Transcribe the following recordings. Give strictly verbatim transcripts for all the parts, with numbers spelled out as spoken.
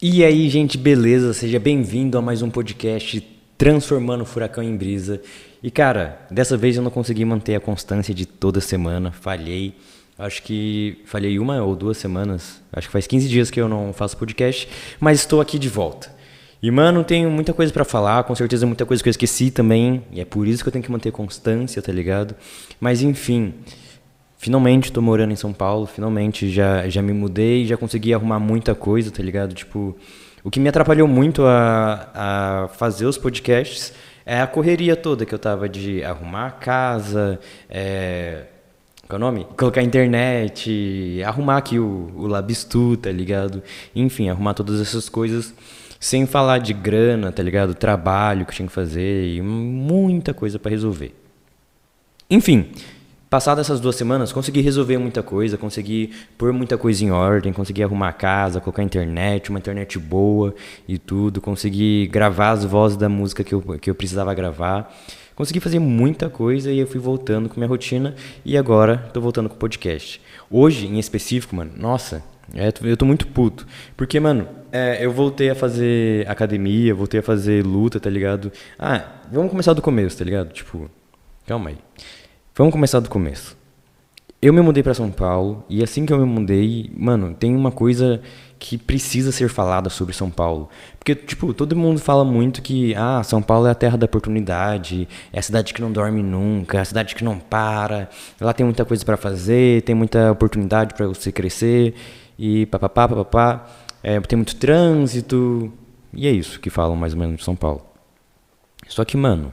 E aí, gente, beleza? Seja bem-vindo a mais um podcast Transformando o Furacão em Brisa. E, cara, dessa vez eu não consegui manter a constância de toda semana, falhei. Acho que falhei uma ou duas semanas, acho que faz quinze dias que eu não faço podcast, mas estou aqui de volta. E, mano, tenho muita coisa pra falar, com certeza muita coisa que eu esqueci também, e é por isso que eu tenho que manter constância, tá ligado? Mas, enfim... Finalmente tô morando em São Paulo, finalmente já, já me mudei, já consegui arrumar muita coisa, tá ligado? Tipo, o que me atrapalhou muito a, a fazer os podcasts é a correria toda que eu tava de arrumar a casa, é, qual é o nome? Colocar a internet, arrumar aqui o, o Labistu, tá ligado? Enfim, arrumar todas essas coisas, sem falar de grana, tá ligado? Trabalho que eu tinha que fazer e muita coisa pra resolver. Enfim... Passadas essas duas semanas, consegui resolver muita coisa, consegui pôr muita coisa em ordem, consegui arrumar a casa, colocar a internet, uma internet boa e tudo, consegui gravar as vozes da música que eu, que eu precisava gravar, consegui fazer muita coisa e eu fui voltando com minha rotina e agora tô voltando com o podcast. Hoje, em específico, mano, nossa, é, eu tô muito puto, porque, mano, é, eu voltei a fazer academia, voltei a fazer luta, tá ligado? Ah, vamos começar do começo, tá ligado? Tipo, calma aí. Vamos começar do começo. Eu me mudei pra São Paulo e assim que eu me mudei, mano, tem uma coisa que precisa ser falada sobre São Paulo. Porque, tipo, todo mundo fala muito que, ah, São Paulo é a terra da oportunidade, é a cidade que não dorme nunca, é a cidade que não para, lá tem muita coisa pra fazer, tem muita oportunidade pra você crescer e papapá, papapá, é, tem muito trânsito, e é isso que falam mais ou menos de São Paulo. Só que, mano...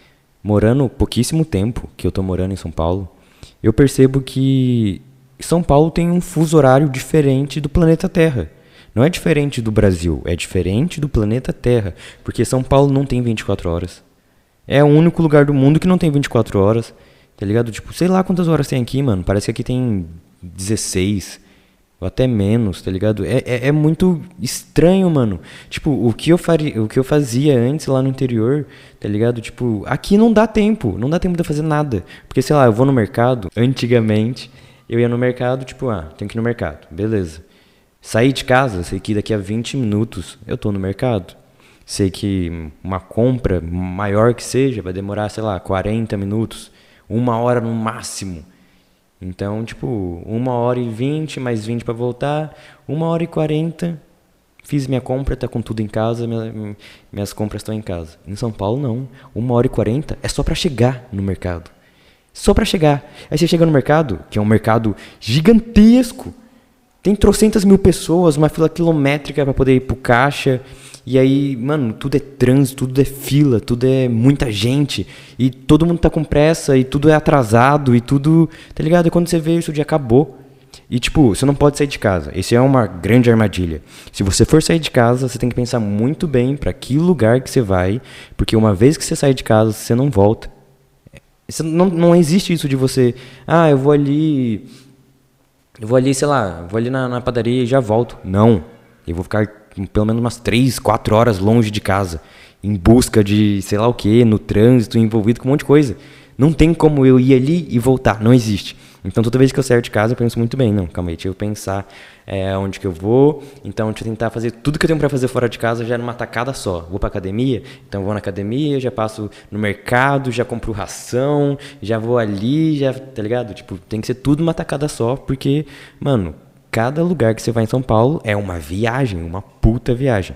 Morando pouquíssimo tempo que eu tô morando em São Paulo, eu percebo que São Paulo tem um fuso horário diferente do planeta Terra. Não é diferente do Brasil, é diferente do planeta Terra, porque São Paulo não tem vinte e quatro horas. É o único lugar do mundo que não tem vinte e quatro horas, tá ligado? Tipo, sei lá quantas horas tem aqui, mano, parece que aqui tem dezesseis, ou até menos, tá ligado? É, é, é muito estranho, mano. Tipo, o que, eu faria, o que eu fazia antes lá no interior, tá ligado? Tipo, aqui não dá tempo. Não dá tempo de eu fazer nada. Porque, sei lá, eu vou no mercado. Antigamente, eu ia no mercado, tipo, ah, tenho que ir no mercado. Beleza. Saí de casa, sei que daqui a vinte minutos eu tô no mercado. Sei que uma compra maior que seja vai demorar, sei lá, quarenta minutos. Uma hora no máximo. Então, tipo, uma hora e vinte, mais vinte pra voltar, uma hora e quarenta, fiz minha compra, tá com tudo em casa, minha, minhas compras estão em casa. Em São Paulo, não. Uma hora e quarenta é só pra chegar no mercado. Só pra chegar. Aí você chega no mercado, que é um mercado gigantesco, tem trocentas mil pessoas, uma fila quilométrica pra poder ir pro caixa. E aí, mano, tudo é trânsito, tudo é fila, tudo é muita gente. E todo mundo tá com pressa, e tudo é atrasado, e tudo... Tá ligado? E quando você vê, isso o dia acabou. E, tipo, você não pode sair de casa. Esse é uma grande armadilha. Se você for sair de casa, você tem que pensar muito bem pra que lugar que você vai. Porque uma vez que você sai de casa, você não volta. Isso não, não existe isso de você... Ah, eu vou ali... Eu vou ali, sei lá, vou ali na, na padaria e já volto. Não. Eu vou ficar... pelo menos umas três, quatro horas longe de casa, em busca de sei lá o que, no trânsito, envolvido com um monte de coisa. Não tem como eu ir ali e voltar, não existe. Então toda vez que eu saio de casa eu penso muito bem, não, calma aí, deixa eu pensar é, onde que eu vou, então deixa eu tentar fazer tudo que eu tenho pra fazer fora de casa já numa tacada só. Vou pra academia, então vou na academia, já passo no mercado, já compro ração, já vou ali, já, tá ligado? Tipo, tem que ser tudo numa tacada só, porque, mano... Cada lugar que você vai em São Paulo é uma viagem, uma puta viagem.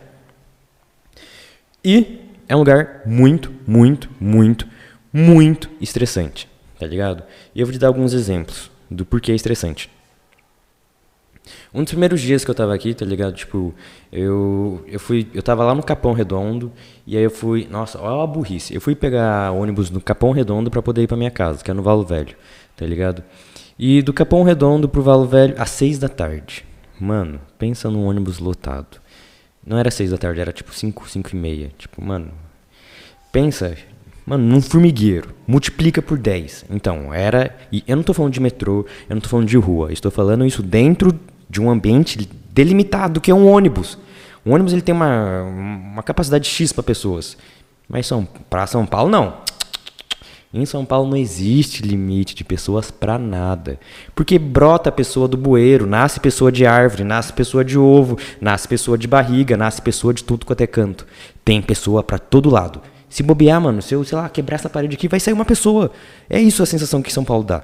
E é um lugar muito, muito, muito, muito estressante, tá ligado? E eu vou te dar alguns exemplos do porquê é estressante. Um dos primeiros dias que eu tava aqui, tá ligado? Tipo, eu, eu fui, eu tava lá no Capão Redondo, e aí eu fui, nossa, olha a burrice. Eu fui pegar ônibus no Capão Redondo pra poder ir pra minha casa, que é no Valo Velho, tá ligado? E do Capão Redondo pro Valo Velho, às seis da tarde. Mano, pensa num ônibus lotado. Não era seis da tarde, era tipo cinco, cinco e meia. Tipo, mano, pensa, mano, num formigueiro. Multiplica por dez. Então, era... E eu não tô falando de metrô, eu não tô falando de rua. Estou falando isso dentro de um ambiente delimitado, que é um ônibus. O ônibus, ele tem uma, uma capacidade X para pessoas. Mas são, pra São Paulo, não. Em São Paulo não existe limite de pessoas pra nada. Porque brota pessoa do bueiro, nasce pessoa de árvore, nasce pessoa de ovo, nasce pessoa de barriga, nasce pessoa de tudo quanto é canto. Tem pessoa pra todo lado. Se bobear, mano, se eu, sei lá, quebrar essa parede aqui, vai sair uma pessoa. É isso a sensação que São Paulo dá.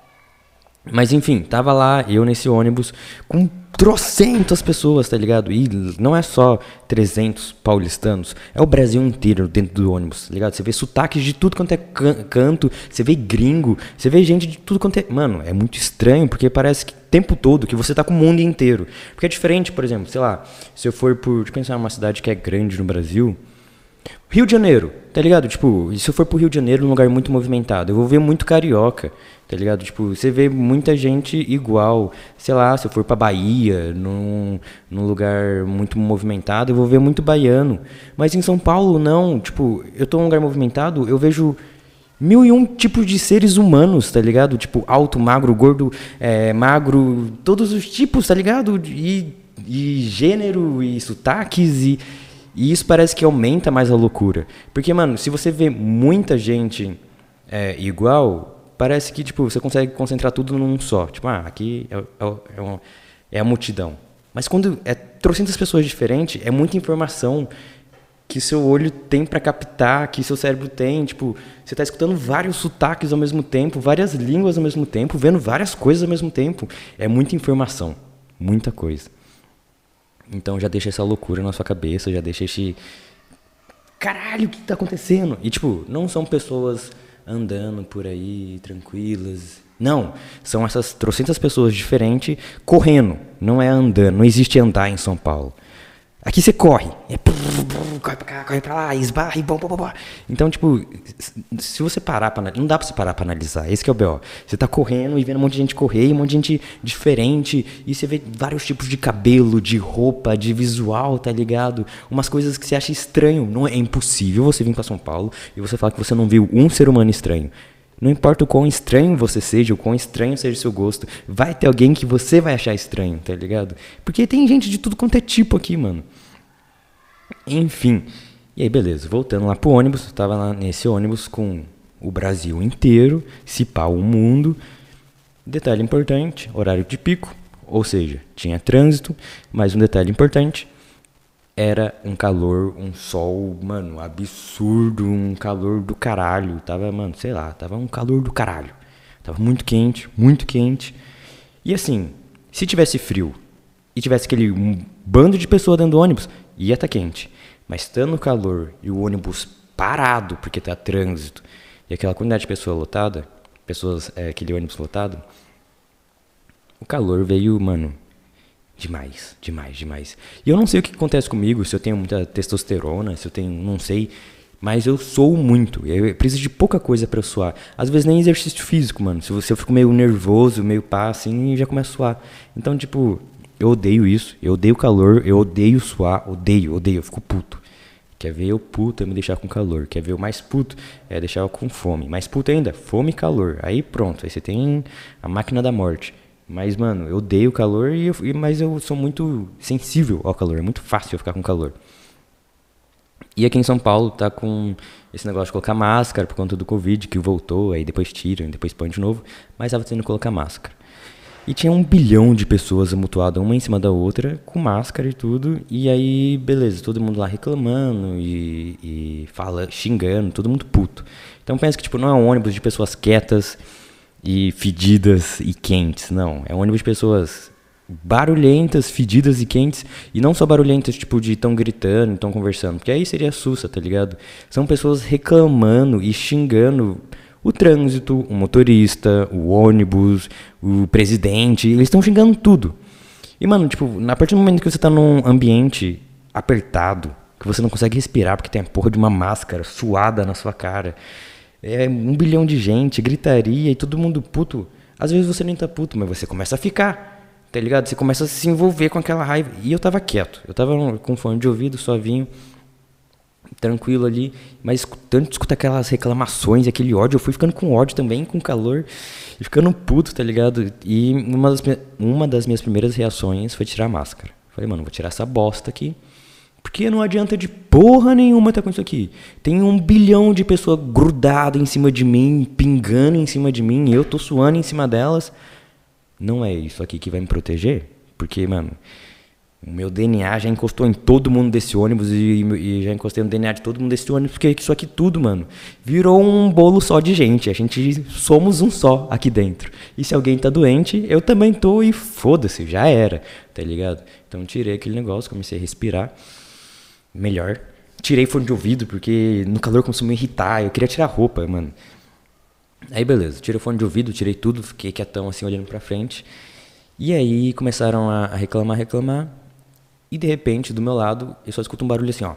Mas enfim, tava lá, eu nesse ônibus, com trocentas pessoas, tá ligado? E não é só trezentos paulistanos, é o Brasil inteiro dentro do ônibus, tá ligado? Você vê sotaques de tudo quanto é can- canto, você vê gringo, você vê gente de tudo quanto é... Mano, é muito estranho, porque parece que o tempo todo que você tá com o mundo inteiro. Porque é diferente, por exemplo, sei lá, se eu for por... Deixa eu pensar numa cidade que é grande no Brasil... Rio de Janeiro, tá ligado? Tipo, se eu for pro Rio de Janeiro, num lugar muito movimentado, eu vou ver muito carioca, tá ligado? Tipo, você vê muita gente igual. Sei lá, se eu for pra Bahia, num, num lugar muito movimentado, eu vou ver muito baiano. Mas em São Paulo, não. Tipo, eu tô num lugar movimentado, eu vejo mil e um tipos de seres humanos, tá ligado? Tipo, alto, magro, gordo, é, magro, todos os tipos, tá ligado? E, e gênero, e sotaques, e... E isso parece que aumenta mais a loucura. Porque, mano, se você vê muita gente é, igual, parece que, tipo, você consegue concentrar tudo num só. Tipo, ah, aqui é, é, é, uma, é a multidão. Mas quando é trocentas pessoas diferentes, é muita informação que seu olho tem pra captar, que seu cérebro tem. Tipo, você tá escutando vários sotaques ao mesmo tempo, várias línguas ao mesmo tempo, vendo várias coisas ao mesmo tempo. É muita informação. Muita coisa. Então já deixa essa loucura na sua cabeça, já deixa esse... Caralho, o que tá acontecendo? E tipo, não são pessoas andando por aí, tranquilas. Não, são essas trocentas pessoas diferentes correndo. Não é andando, não existe andar em São Paulo. Aqui você corre. É... Corre pra cá, corre pra lá, esbarra e bom, bom, bom. Então, tipo, se você parar pra... Não dá pra você parar pra analisar. Esse que é o B O. Você tá correndo e vendo um monte de gente correr, e um monte de gente diferente. E você vê vários tipos de cabelo, de roupa, de visual, tá ligado? Umas coisas que você acha estranho. Não é, é impossível você vir pra São Paulo e você falar que você não viu um ser humano estranho. Não importa o quão estranho você seja, o quão estranho seja o seu gosto, vai ter alguém que você vai achar estranho, tá ligado? Porque tem gente de tudo quanto é tipo aqui, mano. Enfim. E aí, beleza. Voltando lá pro ônibus, eu tava lá nesse ônibus com o Brasil inteiro, se pá o mundo. Detalhe importante, horário de pico, ou seja, tinha trânsito, mas um detalhe importante, era um calor, um sol, mano, absurdo, um calor do caralho. Tava, mano, sei lá, tava um calor do caralho. Tava muito quente, muito quente. E assim, se tivesse frio e tivesse aquele um bando de pessoas dentro do ônibus, ia tá quente. Mas estando no calor e o ônibus parado, porque tá trânsito, e aquela quantidade de pessoas lotada, pessoas, é, aquele ônibus lotado, o calor veio, mano, demais, demais, demais. E eu não sei o que acontece comigo, se eu tenho muita testosterona, se eu tenho, não sei, mas eu sou muito. Eu preciso de pouca coisa pra eu suar. Às vezes nem exercício físico, mano. Se você eu fico meio nervoso, meio pá, assim, já começa a suar. Então, tipo, eu odeio isso. Eu odeio calor, eu odeio suar, odeio, odeio, eu fico puto. Quer ver eu puto é me deixar com calor. Quer ver eu mais puto é deixar eu com fome. Mais puto ainda, fome e calor. Aí pronto, aí você tem a máquina da morte. Mas, mano, eu odeio o calor, e eu, mas eu sou muito sensível ao calor. É muito fácil eu ficar com calor. E aqui em São Paulo tá com esse negócio de colocar máscara por conta do Covid, que voltou, aí depois tiram, depois põe de novo. Mas tava tendo que colocar máscara. E tinha um bilhão de pessoas amontoadas uma em cima da outra, com máscara e tudo. E aí, beleza, todo mundo lá reclamando e, e fala, xingando, todo mundo puto. Então pensa que tipo, não é um ônibus de pessoas quietas e fedidas e quentes, não. É um ônibus de pessoas barulhentas, fedidas e quentes. E não só barulhentas, tipo, de tão gritando, tão conversando. Porque aí seria sussa, tá ligado? São pessoas reclamando e xingando o trânsito, o motorista, o ônibus, o presidente. Eles estão xingando tudo. E, mano, tipo, a partir do momento que você tá num ambiente apertado, que você não consegue respirar porque tem a porra de uma máscara suada na sua cara, é um bilhão de gente, gritaria e todo mundo puto. Às vezes você nem tá puto, mas você começa a ficar, tá ligado? Você começa a se envolver com aquela raiva. E eu tava quieto, eu tava com fone de ouvido, suavinho, tranquilo ali, mas tanto escutar aquelas reclamações, aquele ódio, eu fui ficando com ódio também, com calor, e ficando puto, tá ligado? E uma das, uma das minhas primeiras reações foi tirar a máscara. Falei, mano, vou tirar essa bosta aqui, Porque não adianta de porra nenhuma estar com isso aqui. Tem um bilhão de pessoas grudadas em cima de mim, pingando em cima de mim, eu tô suando em cima delas. Não é isso aqui que vai me proteger? Porque, mano, o meu D N A já encostou em todo mundo desse ônibus e, e já encostei no D N A de todo mundo desse ônibus, porque isso aqui tudo, mano, virou um bolo só de gente. A gente somos um só aqui dentro. E se alguém tá doente, eu também tô e foda-se, já era, tá ligado? Então tirei aquele negócio, comecei a respirar melhor. Tirei fone de ouvido, porque no calor começou a me irritar, eu queria tirar a roupa, mano. Aí beleza, tirei o fone de ouvido, tirei tudo, fiquei quietão assim, olhando pra frente. E aí começaram a reclamar, reclamar. E de repente, do meu lado, eu só escuto um barulho assim, ó.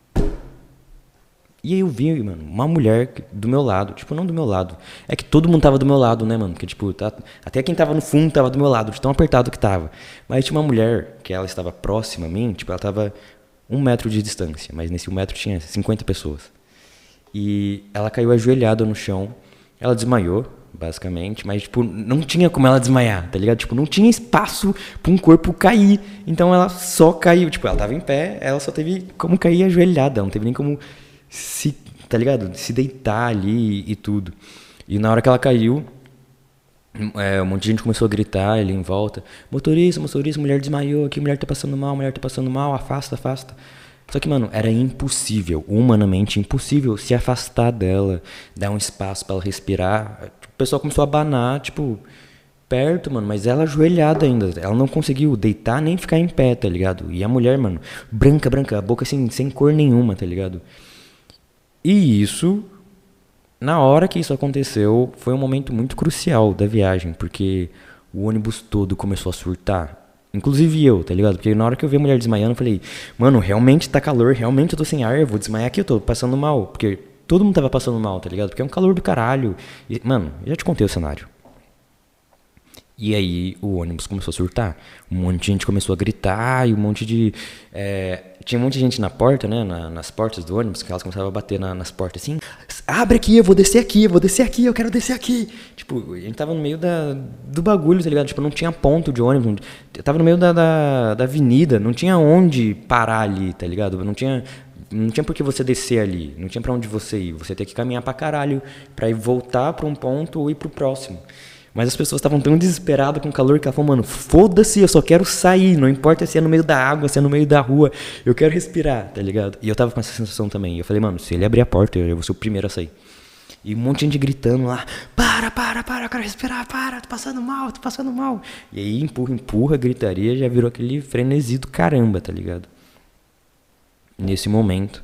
E aí eu vi, mano, uma mulher do meu lado. Tipo, não do meu lado. É que todo mundo tava do meu lado, né, mano? Porque, tipo, tá, até quem tava no fundo tava do meu lado, de tão apertado que tava. Mas tinha uma mulher, que ela estava próxima a mim, tipo, ela tava um metro de distância. Mas nesse um metro tinha cinquenta pessoas. E ela caiu ajoelhada no chão. Ela desmaiou, basicamente, mas, tipo, não tinha como ela desmaiar, tá ligado? Tipo, não tinha espaço pra um corpo cair. Então ela só caiu. Tipo, ela tava em pé, ela só teve como cair ajoelhada. Não teve nem como se, tá ligado? Se deitar ali e tudo. E na hora que ela caiu, é, um monte de gente começou a gritar ali em volta. Motorista, motorista, mulher desmaiou aqui, mulher tá passando mal, mulher tá passando mal, afasta, afasta. Só que, mano, era impossível, humanamente impossível, se afastar dela, dar um espaço pra ela respirar. O pessoal começou a abanar, tipo, perto, mano, mas ela ajoelhada ainda. Ela não conseguiu deitar nem ficar em pé, tá ligado? E a mulher, mano, branca, branca, a boca assim, sem cor nenhuma, tá ligado? E isso, na hora que isso aconteceu, foi um momento muito crucial da viagem, porque o ônibus todo começou a surtar. Inclusive eu, tá ligado? Porque na hora que eu vi a mulher desmaiando, eu falei, mano, realmente tá calor, realmente eu tô sem ar, eu vou desmaiar aqui, eu tô passando mal. Porque todo mundo tava passando mal, tá ligado? Porque é um calor do caralho. E, mano, eu já te contei o cenário. E aí o ônibus começou a surtar. Um monte de gente começou a gritar e um monte de... É, tinha um monte de gente na porta, né? Na, nas portas do ônibus, que elas começavam a bater na, nas portas assim. Abre aqui, eu vou descer aqui, eu vou descer aqui, eu quero descer aqui. Tipo, a gente tava no meio da, do bagulho, tá ligado? Tipo, não tinha ponto de ônibus. Eu tava no meio da, da, da avenida, não tinha onde parar ali, tá ligado? Não tinha... Não tinha por que você descer ali, não tinha pra onde você ir. Você tem que caminhar pra caralho pra ir voltar pra um ponto ou ir pro próximo. Mas as pessoas estavam tão desesperadas com o calor que ela falou, mano, foda-se, eu só quero sair, não importa se é no meio da água, se é no meio da rua, eu quero respirar, tá ligado? E eu tava com essa sensação também. Eu falei, mano, se ele abrir a porta, eu vou ser o primeiro a sair. E um monte de gente gritando lá, para, para, para, eu quero respirar, para, tô passando mal, tô passando mal. E aí, empurra, empurra, gritaria, já virou aquele frenesi do caramba, tá ligado? Nesse momento,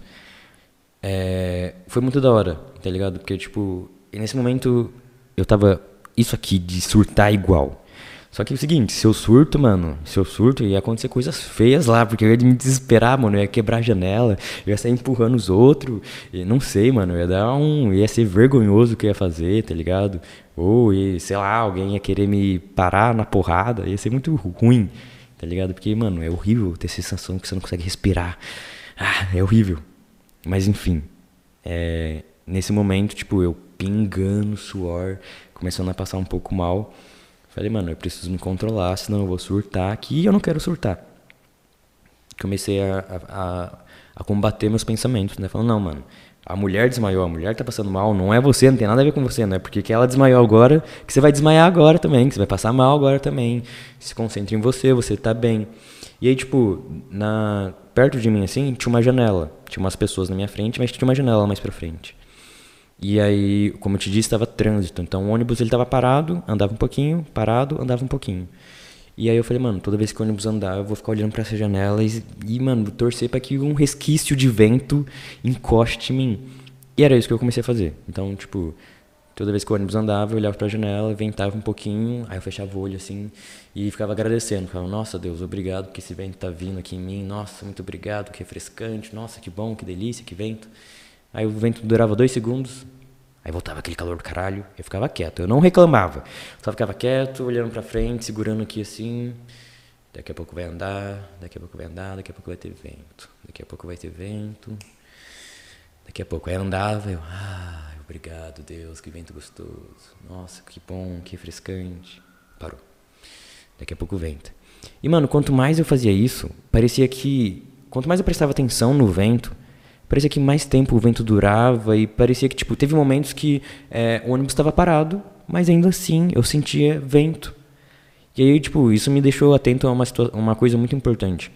é, foi muito da hora, tá ligado? Porque, tipo, nesse momento eu tava... Isso aqui de surtar igual. Só que é o seguinte, se eu surto, mano, se eu surto, ia acontecer coisas feias lá, porque eu ia me desesperar, mano, eu ia quebrar a janela, eu ia sair empurrando os outros, e não sei, mano, eu ia dar um, ia ser vergonhoso o que eu ia fazer, tá ligado? Ou, ia, sei lá, alguém ia querer me parar na porrada, ia ser muito ruim, tá ligado? Porque, mano, é horrível ter essa sensação que você não consegue respirar. Ah, é horrível. Mas, enfim, é, nesse momento, tipo, eu pingando suor, começando a passar um pouco mal. Falei, mano, eu preciso me controlar, senão eu vou surtar aqui e eu não quero surtar. Comecei a, a, a combater meus pensamentos, né? Falando, não, mano, a mulher desmaiou, a mulher tá passando mal, não é você, não tem nada a ver com você, não é porque que ela desmaiou agora que você vai desmaiar agora também, que você vai passar mal agora também. Se concentre em você, você tá bem. E aí, tipo, na, perto de mim, assim, tinha uma janela. Tinha umas pessoas na minha frente, mas tinha uma janela mais pra frente. E aí, como eu te disse, estava trânsito. Então o ônibus ele estava parado, andava um pouquinho, parado, andava um pouquinho. E aí eu falei, mano, toda vez que o ônibus andar, eu vou ficar olhando para essa janela e, e, mano, torcer para que um resquício de vento encoste em mim. E era isso que eu comecei a fazer. Então, tipo, toda vez que o ônibus andava, eu olhava para a janela, ventava um pouquinho, aí eu fechava o olho assim e ficava agradecendo. Falava, nossa Deus, obrigado que esse vento tá vindo aqui em mim. Nossa, muito obrigado, que refrescante. Nossa, que bom, que delícia, que vento. Aí o vento durava dois segundos, aí voltava aquele calor do caralho, eu ficava quieto, eu não reclamava. Só ficava quieto, olhando pra frente, segurando aqui assim, daqui a pouco vai andar, daqui a pouco vai andar, daqui a pouco vai ter vento, daqui a pouco vai ter vento, daqui a pouco aí andava, eu, ah, obrigado Deus, que vento gostoso, nossa, que bom, que refrescante, parou, daqui a pouco vento. E mano, quanto mais eu fazia isso, parecia que quanto mais eu prestava atenção no vento, parecia que mais tempo o vento durava e parecia que, tipo, teve momentos que é, o ônibus estava parado, mas ainda assim eu sentia vento. E aí, tipo, isso me deixou atento a uma, uma coisa muito importante.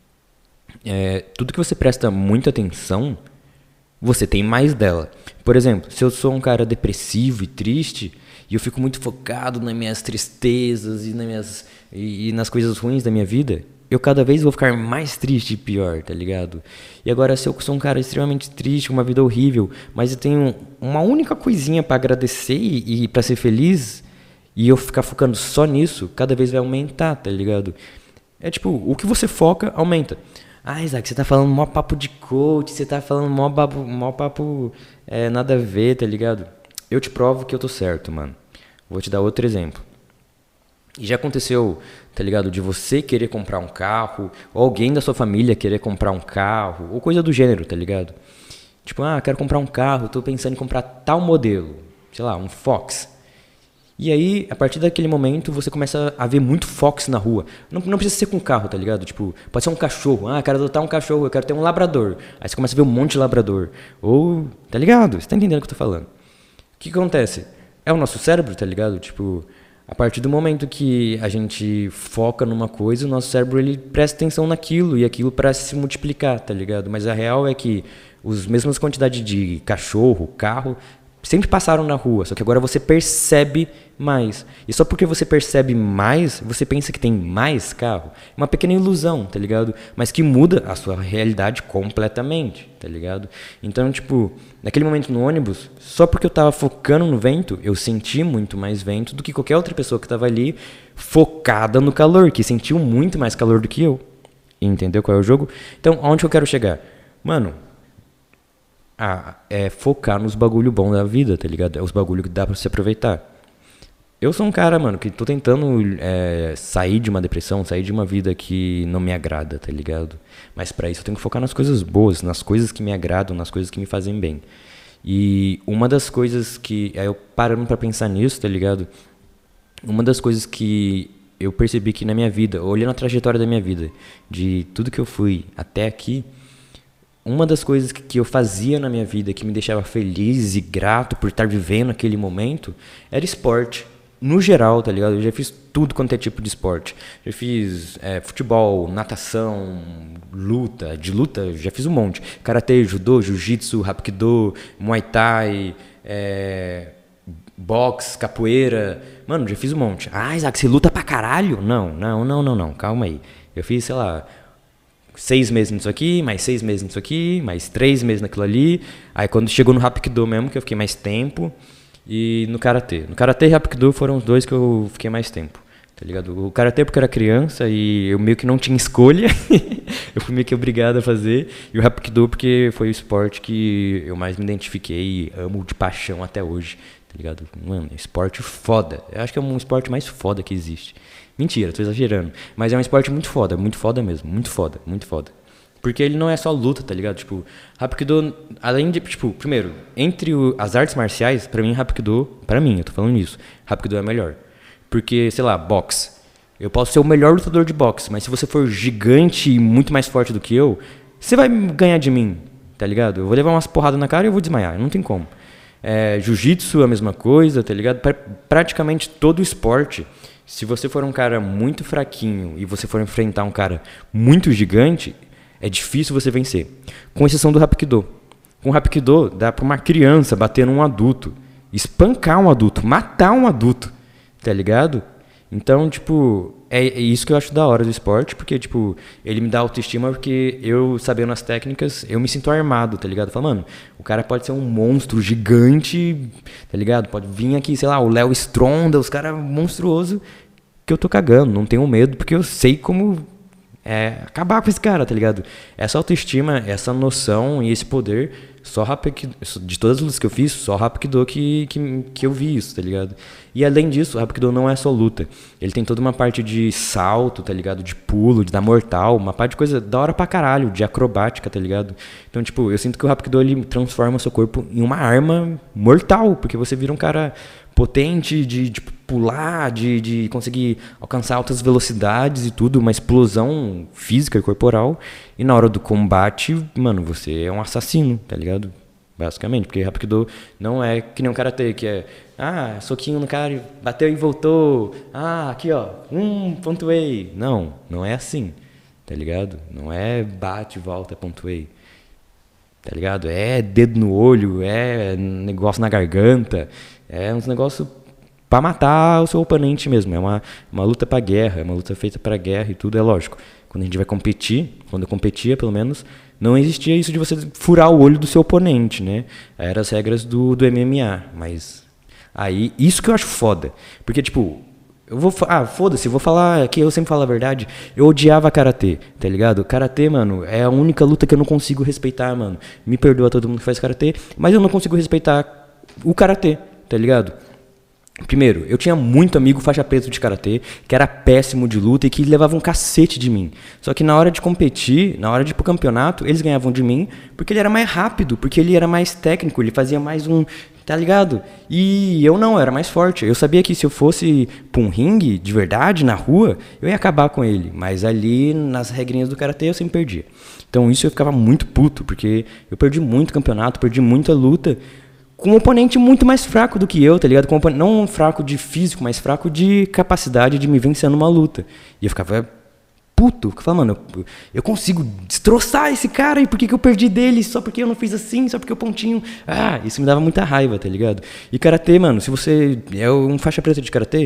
É, tudo que você presta muita atenção, você tem mais dela. Por exemplo, se eu sou um cara depressivo e triste, e eu fico muito focado nas minhas tristezas e nas, minhas, e, e nas coisas ruins da minha vida, eu cada vez vou ficar mais triste e pior, tá ligado? E agora, se eu sou um cara extremamente triste, com uma vida horrível, mas eu tenho uma única coisinha pra agradecer e, e pra ser feliz, e eu ficar focando só nisso, cada vez vai aumentar, tá ligado? É tipo, o que você foca, aumenta. Ah, Isaac, você tá falando mó papo de coach, você tá falando mó papo, mó papo é, nada a ver, tá ligado? Eu te provo que eu tô certo, mano. Vou te dar outro exemplo. E já aconteceu, tá ligado, de você querer comprar um carro, ou alguém da sua família querer comprar um carro, ou coisa do gênero, tá ligado? Tipo, ah, quero comprar um carro, tô pensando em comprar tal modelo, sei lá, um Fox. E aí, a partir daquele momento, você começa a ver muito Fox na rua. Não, não precisa ser com carro, tá ligado? Tipo, pode ser um cachorro. Ah, eu quero adotar um cachorro, eu quero ter um labrador. Aí você começa a ver um monte de labrador. Ou, tá ligado? Você tá entendendo o que eu tô falando. O que, que acontece? É o nosso cérebro, tá ligado? Tipo, a partir do momento que a gente foca numa coisa, o nosso cérebro, ele presta atenção naquilo. E aquilo parece se multiplicar, tá ligado? Mas a real é que as mesmas quantidades de cachorro, carro, sempre passaram na rua, só que agora você percebe mais. E só porque você percebe mais, você pensa que tem mais carro. É uma pequena ilusão, tá ligado? Mas que muda a sua realidade completamente, tá ligado? Então, tipo, naquele momento no ônibus, só porque eu tava focando no vento, eu senti muito mais vento do que qualquer outra pessoa que tava ali focada no calor, que sentiu muito mais calor do que eu. Entendeu qual é o jogo? Então, aonde eu quero chegar? Mano, Ah, é focar nos bagulho bom da vida, tá ligado? É os bagulho que dá pra você aproveitar. Eu sou um cara, mano, que tô tentando é, sair de uma depressão, sair de uma vida que não me agrada, tá ligado? Mas pra isso eu tenho que focar nas coisas boas, nas coisas que me agradam, nas coisas que me fazem bem. E uma das coisas que... Aí eu parando pra pensar nisso, tá ligado? Uma das coisas que eu percebi que na minha vida, olhando a trajetória da minha vida, de tudo que eu fui até aqui, uma das coisas que eu fazia na minha vida que me deixava feliz e grato por estar vivendo aquele momento era esporte. No geral, tá ligado? Eu já fiz tudo quanto é tipo de esporte. Já fiz é, futebol, natação, luta. De luta, já fiz um monte. Karatê, judô, jiu-jitsu, hapkido, muay thai, é, boxe, capoeira. Mano, já fiz um monte. Ah, Isaac, você luta pra caralho? Não, não, não, não, não. Calma aí. Eu fiz, sei lá... Seis meses nisso aqui, mais seis meses nisso aqui, mais três meses naquilo ali. Aí quando chegou no Hapkido mesmo, que eu fiquei mais tempo. E no Karatê. No Karatê e Hapkido foram os dois que eu fiquei mais tempo. Tá ligado? O Karatê porque eu era criança e eu meio que não tinha escolha. Eu fui meio que obrigado a fazer. E o Hapkido porque foi o esporte que eu mais me identifiquei e amo de paixão até hoje. Tá ligado? Mano, esporte foda. Eu acho que é um esporte mais foda que existe. Mentira, tô exagerando. Mas é um esporte muito foda, muito foda mesmo. Muito foda, muito foda. Porque ele não é só luta, tá ligado? Tipo, Hapkido, além de, tipo, primeiro, entre o, as artes marciais, pra mim, Hapkido, pra mim, eu tô falando isso, Hapkido é melhor. Porque, sei lá, boxe. Eu posso ser o melhor lutador de boxe, mas se você for gigante e muito mais forte do que eu, você vai ganhar de mim, tá ligado? Eu vou levar umas porradas na cara e eu vou desmaiar, não tem como. É, jiu-jitsu, a mesma coisa, tá ligado? Pra, praticamente todo esporte. Se você for um cara muito fraquinho e você for enfrentar um cara muito gigante, é difícil você vencer. Com exceção do Hapkido. Com o Hapkido, dá pra uma criança bater num adulto, espancar um adulto, matar um adulto, tá ligado? Então, tipo, é, é isso que eu acho da hora do esporte, porque, tipo, ele me dá autoestima porque eu, sabendo as técnicas, eu me sinto armado, tá ligado? Fala, mano, o cara pode ser um monstro gigante, tá ligado? Pode vir aqui, sei lá, o Léo Stronda, os caras monstruosos, que eu tô cagando, não tenho medo, porque eu sei como é, acabar com esse cara, tá ligado? Essa autoestima, essa noção e esse poder, só Hapkido, de todas as lutas que eu fiz, só Hapkido que, que, que eu vi isso, tá ligado? E além disso, o Hapkido não é só luta. Ele tem toda uma parte de salto, tá ligado? De pulo, de dar mortal, uma parte de coisa da hora pra caralho, de acrobática, tá ligado? Então, tipo, eu sinto que o Hapkido, ele transforma o seu corpo em uma arma mortal, porque você vira um cara potente de, de pular, de, de conseguir alcançar altas velocidades e tudo, uma explosão física e corporal. E na hora do combate, mano, você é um assassino, tá ligado? Basicamente, porque Hapkido não é que nem um karatê, que é, ah, soquinho no cara, bateu e voltou, ah, aqui ó, um, pontuei. Não, não é assim, tá ligado? Não é bate, volta, pontuei. Tá ligado? É dedo no olho, é negócio na garganta, é uns negócios pra matar o seu oponente mesmo. É uma, uma luta pra guerra, é uma luta feita pra guerra e tudo, é lógico. Quando a gente vai competir, quando eu competia pelo menos, não existia isso de você furar o olho do seu oponente, né? Eram as regras do, do M M A, mas aí, isso que eu acho foda. Porque, tipo, eu vou, ah, foda-se, vou falar que eu sempre falo a verdade. Eu odiava karatê, tá ligado? Karatê, mano, é a única luta que eu não consigo respeitar, mano. Me perdoa todo mundo que faz karatê, mas eu não consigo respeitar o karatê, tá ligado? Primeiro, eu tinha muito amigo faixa preta de karatê, que era péssimo de luta e que levava um cacete de mim. Só que na hora de competir, na hora de ir pro campeonato, eles ganhavam de mim porque ele era mais rápido, porque ele era mais técnico, ele fazia mais um, tá ligado? E eu não, eu era mais forte. Eu sabia que se eu fosse pra um ringue, de verdade, na rua, eu ia acabar com ele. Mas ali, nas regrinhas do karatê, eu sempre perdia. Então isso eu ficava muito puto, porque eu perdi muito campeonato, perdi muita luta, com um oponente muito mais fraco do que eu, tá ligado? Com um oponente, não fraco de físico, mas fraco de capacidade de me vencer numa luta. E eu ficava puto, eu ficava, mano, eu, eu consigo destroçar esse cara, e por que, que eu perdi dele? Só porque eu não fiz assim, só porque o pontinho... Ah, isso me dava muita raiva, tá ligado? E karatê, mano, se você é um faixa preta de karatê,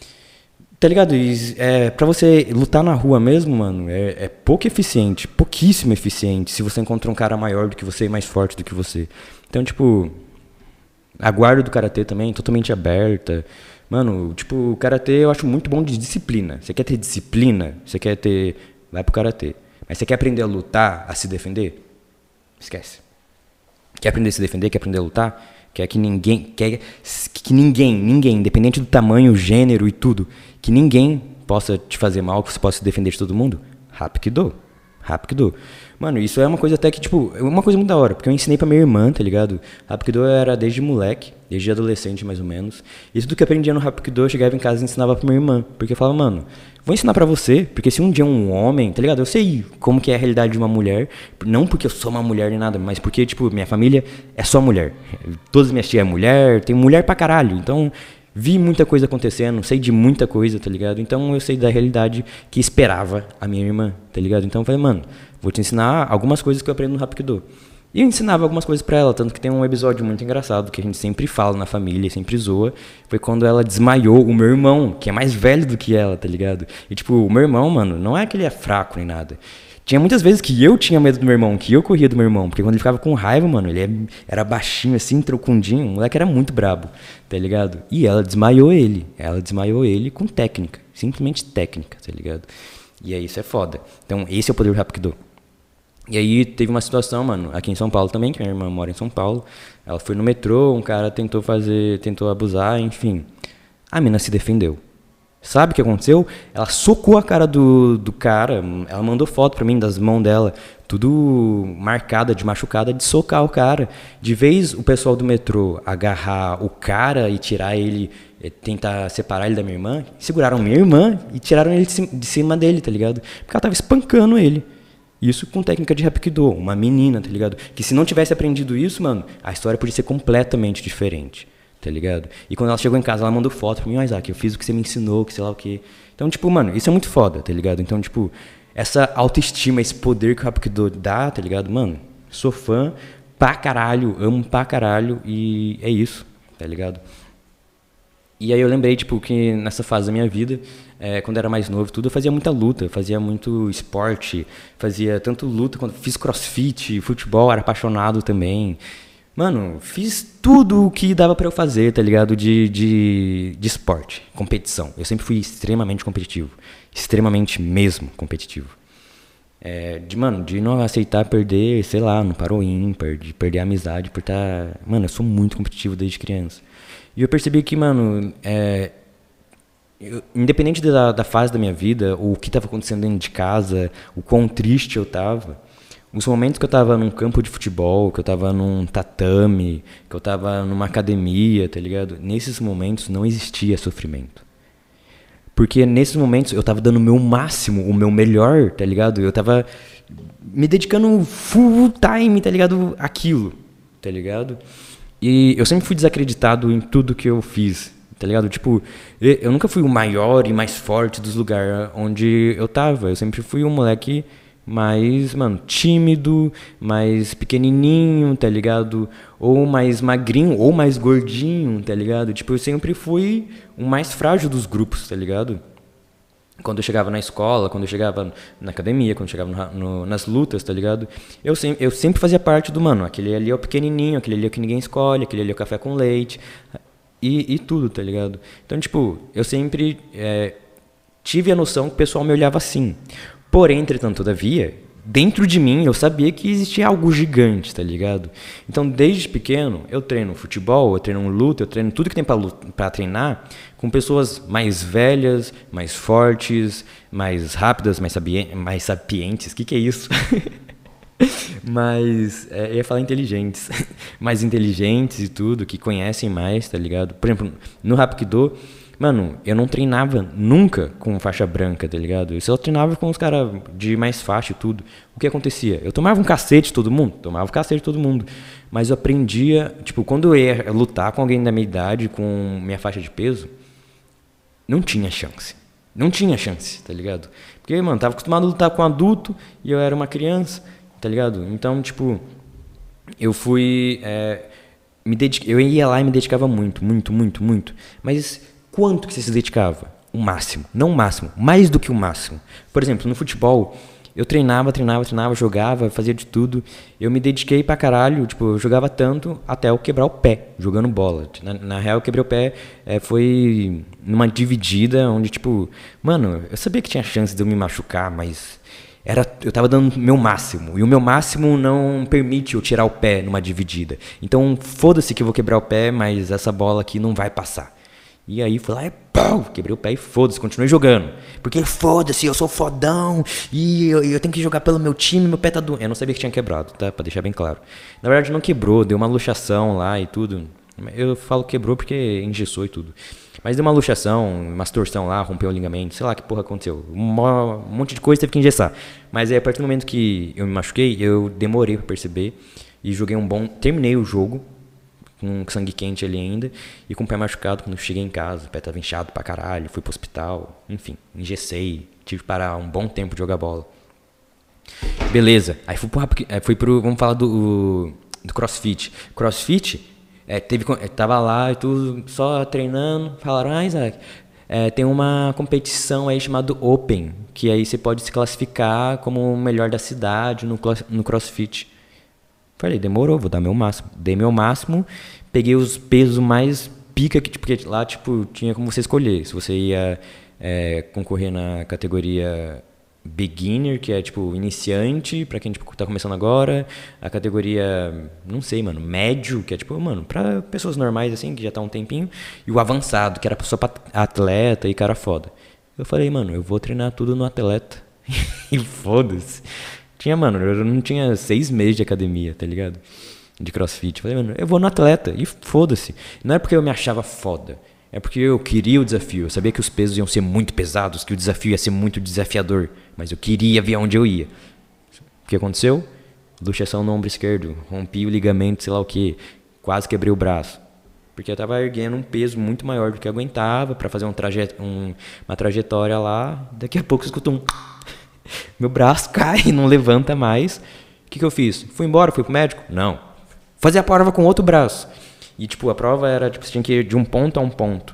tá ligado? E, é, pra você lutar na rua mesmo, mano, é, é pouco eficiente, pouquíssimo eficiente, se você encontra um cara maior do que você e mais forte do que você. Então, tipo... A guarda do karatê também, totalmente aberta. Mano, tipo, o karatê eu acho muito bom de disciplina. Você quer ter disciplina? Você quer ter... Vai pro karatê. Mas você quer aprender a lutar, a se defender? Esquece. Quer aprender a se defender? Quer aprender a lutar? Quer que ninguém... Quer que ninguém, ninguém, independente do tamanho, gênero e tudo, que ninguém possa te fazer mal, que você possa se defender de todo mundo? Hapkido. Hapkido. Mano, isso é uma coisa até que, tipo, é uma coisa muito da hora, porque eu ensinei pra minha irmã, tá ligado? Hapkido era desde moleque, desde adolescente mais ou menos. E tudo que eu aprendia no Hapkido, eu chegava em casa e ensinava pra minha irmã. Porque eu falava, mano, vou ensinar pra você, porque se um dia um homem, tá ligado? Eu sei como que é a realidade de uma mulher, não porque eu sou uma mulher nem nada, mas porque, tipo, minha família é só mulher. Todas as minhas tias é mulher, tem mulher pra caralho, então... Vi muita coisa acontecendo, sei de muita coisa, tá ligado? Então eu sei da realidade que esperava a minha irmã, tá ligado? Então eu falei, mano, vou te ensinar algumas coisas que eu aprendo no Hapkido. E eu ensinava algumas coisas pra ela, tanto que tem um episódio muito engraçado, que a gente sempre fala na família, sempre zoa, foi quando ela desmaiou o meu irmão, que é mais velho do que ela, tá ligado? E tipo, o meu irmão, mano, não é que ele é fraco nem nada. Tinha muitas vezes que eu tinha medo do meu irmão, que eu corria do meu irmão, porque quando ele ficava com raiva, mano, ele era baixinho assim, trocundinho, o moleque era muito brabo, tá ligado? E ela desmaiou ele, ela desmaiou ele com técnica, simplesmente técnica, tá ligado? E aí isso é foda. Então esse é o poder do Hapkido. E aí teve uma situação, mano, aqui em São Paulo também, que minha irmã mora em São Paulo, ela foi no metrô, um cara tentou fazer, tentou abusar, enfim, a mina se defendeu. Sabe o que aconteceu? Ela socou a cara do, do cara, ela mandou foto pra mim das mãos dela, tudo marcada, de machucada, de socar o cara. De vez o pessoal do metrô agarrar o cara e tirar ele, tentar separar ele da minha irmã, seguraram minha irmã e tiraram ele de cima dele, tá ligado? Porque ela tava espancando ele. Isso com técnica de Hapkido, uma menina, tá ligado? Que se não tivesse aprendido isso, mano, a história podia ser completamente diferente. Tá ligado? E quando ela chegou em casa, ela mandou foto pra mim, ó, Isaac, eu fiz o que você me ensinou, que sei lá o quê. Então, tipo, mano, isso é muito foda, tá ligado? Então, tipo, essa autoestima, esse poder que o Hapkido dá, tá ligado? Mano, sou fã pra caralho, amo pra caralho e é isso, tá ligado? E aí eu lembrei, tipo, que nessa fase da minha vida, é, quando eu era mais novo, tudo, eu fazia muita luta, fazia muito esporte, fazia tanto luta, quanto fiz crossfit, futebol, era apaixonado também. Mano, fiz tudo o que dava pra eu fazer, tá ligado? De, de, de esporte, competição. Eu sempre fui extremamente competitivo. Extremamente mesmo competitivo. É, de, mano, de não aceitar perder, sei lá, no par ou ímpar, de perder a amizade por estar... Tá... Mano, eu sou muito competitivo desde criança. E eu percebi que, mano, é, eu, independente da, da fase da minha vida, o que tava acontecendo dentro de casa, o quão triste eu tava... Os momentos que eu tava num campo de futebol, que eu tava num tatame, que eu tava numa academia, tá ligado? Nesses momentos não existia sofrimento. Porque nesses momentos eu tava dando o meu máximo, o meu melhor, tá ligado? Eu tava me dedicando full time, tá ligado? Aquilo, tá ligado? E eu sempre fui desacreditado em tudo que eu fiz, tá ligado? Tipo, eu nunca fui o maior e mais forte dos lugares onde eu tava. Eu sempre fui um moleque mais, mano, tímido, mais pequenininho, tá ligado? Ou mais magrinho, ou mais gordinho, tá ligado? Tipo, eu sempre fui o mais frágil dos grupos, tá ligado? Quando eu chegava na escola, quando eu chegava na academia, quando eu chegava no, no, nas lutas, tá ligado? Eu sempre, eu sempre fazia parte do, mano, aquele ali é o pequenininho, aquele ali é o que ninguém escolhe, aquele ali é o café com leite, e, e tudo, tá ligado? Então, tipo, eu sempre é, tive a noção que o pessoal me olhava assim. Porém, entretanto, todavia, dentro de mim eu sabia que existia algo gigante, tá ligado? Então, desde pequeno, eu treino futebol, eu treino luta, eu treino tudo que tem pra, luta, pra treinar com pessoas mais velhas, mais fortes, mais rápidas, mais, sabien mais sapientes. O que, que é isso? Mas, é, eu ia falar inteligentes. Mais inteligentes e tudo, que conhecem mais, tá ligado? Por exemplo, no Hapkido, mano, eu não treinava nunca com faixa branca, tá ligado? Eu só treinava com os caras de mais faixa e tudo. O que acontecia? Eu tomava um cacete de todo mundo, tomava um cacete de todo mundo. Mas eu aprendia, tipo, quando eu ia lutar com alguém da minha idade, com minha faixa de peso, não tinha chance. Não tinha chance, tá ligado? Porque, mano, tava acostumado a lutar com adulto e eu era uma criança, tá ligado? Então, tipo, eu fui... É, me dedique... Eu ia lá e me dedicava muito, muito, muito, muito. Mas... quanto que você se dedicava? O máximo. Não o máximo, mais do que o máximo. Por exemplo, no futebol, eu treinava, treinava, treinava, jogava, fazia de tudo. Eu me dediquei pra caralho, tipo, eu jogava tanto até eu quebrar o pé, jogando bola. Na, na real, eu quebrei o pé, é, foi numa dividida onde, tipo... Mano, eu sabia que tinha chance de eu me machucar, mas... Era, eu tava dando o meu máximo. E o meu máximo não permite eu tirar o pé numa dividida. Então, foda-se que eu vou quebrar o pé, mas essa bola aqui não vai passar. E aí fui lá e pau, quebrei o pé e foda-se, continuei jogando. Porque foda-se, eu sou fodão e eu, eu tenho que jogar pelo meu time, meu pé tá doendo. Eu não sabia que tinha quebrado, tá? Pra deixar bem claro. Na verdade não quebrou, deu uma luxação lá e tudo. Eu falo quebrou porque engessou e tudo. Mas deu uma luxação, uma torção lá, rompeu o ligamento, sei lá que porra aconteceu. Um monte de coisa teve que engessar. Mas aí, a partir do momento que eu me machuquei, eu demorei pra perceber e joguei um bom... Terminei o jogo com sangue quente ali ainda, e com o pé machucado quando eu cheguei em casa, o pé tava inchado pra caralho, fui pro hospital, enfim, engessei, tive que parar um bom tempo de jogar bola. Beleza, aí fui pro, fui pro vamos falar do, do CrossFit. CrossFit, é, teve, tava lá e tudo, só treinando, falaram, ah, Isaac, é, tem uma competição aí chamada Open, que aí você pode se classificar como o melhor da cidade no, no CrossFit. Falei, demorou, vou dar meu máximo. Dei meu máximo, peguei os pesos mais pica, que, porque lá, tipo, tinha como você escolher. Se você ia é, concorrer na categoria beginner, que é, tipo, iniciante, pra quem, tipo, tá começando agora. A categoria, não sei, mano, médio, que é, tipo, mano, pra pessoas normais, assim, que já tá um tempinho. E o avançado, que era só pra atleta e cara foda. Eu falei, mano, eu vou treinar tudo no atleta. E foda-se. Tinha, mano, eu não tinha seis meses de academia, tá ligado? De CrossFit. Falei, mano, eu vou no atleta e foda-se. Não é porque eu me achava foda. É porque eu queria o desafio. Eu sabia que os pesos iam ser muito pesados, que o desafio ia ser muito desafiador. Mas eu queria ver onde eu ia. O que aconteceu? Luxação no ombro esquerdo. Rompi o ligamento, sei lá o que. Quase quebrei o braço. Porque eu tava erguendo um peso muito maior do que eu aguentava pra fazer um trajet um, uma trajetória lá. Daqui a pouco eu escuto um... Meu braço cai, não levanta mais. O que, que eu fiz? Fui embora, fui pro médico? Não. Fazia a prova com outro braço. E, tipo, a prova era, tipo, você tinha que ir de um ponto a um ponto.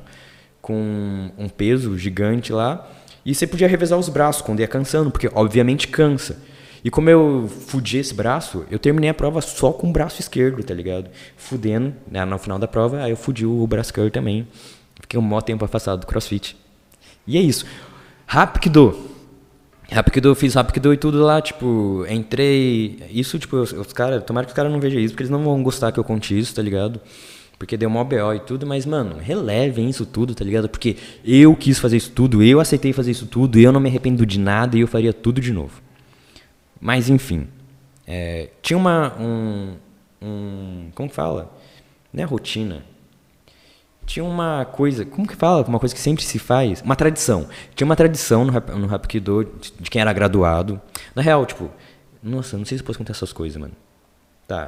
Com um peso gigante lá. E você podia revezar os braços quando ia cansando, porque, obviamente, cansa. E como eu fudi esse braço, eu terminei a prova só com o braço esquerdo, tá ligado? Fudendo, né, no final da prova, aí eu fudi o braço esquerdo também. Fiquei um maior tempo afastado do CrossFit. E é isso. Hapkido. Hapkido, eu fiz Hapkido e tudo lá, tipo, entrei... Isso, tipo, os, os caras... Tomara que os caras não vejam isso, porque eles não vão gostar que eu conte isso, tá ligado? Porque deu mó B O e tudo, mas, mano, relevem isso tudo, tá ligado? Porque eu quis fazer isso tudo, eu aceitei fazer isso tudo, eu não me arrependo de nada e eu faria tudo de novo. Mas, enfim. É, tinha uma, um, um, como que fala? Não é rotina. Tinha uma coisa, como que fala? Uma coisa que sempre se faz, uma tradição. Tinha uma tradição no, no Hapkido de quem era graduado. Na real, tipo, nossa, não sei se eu posso contar essas coisas, mano. Tá.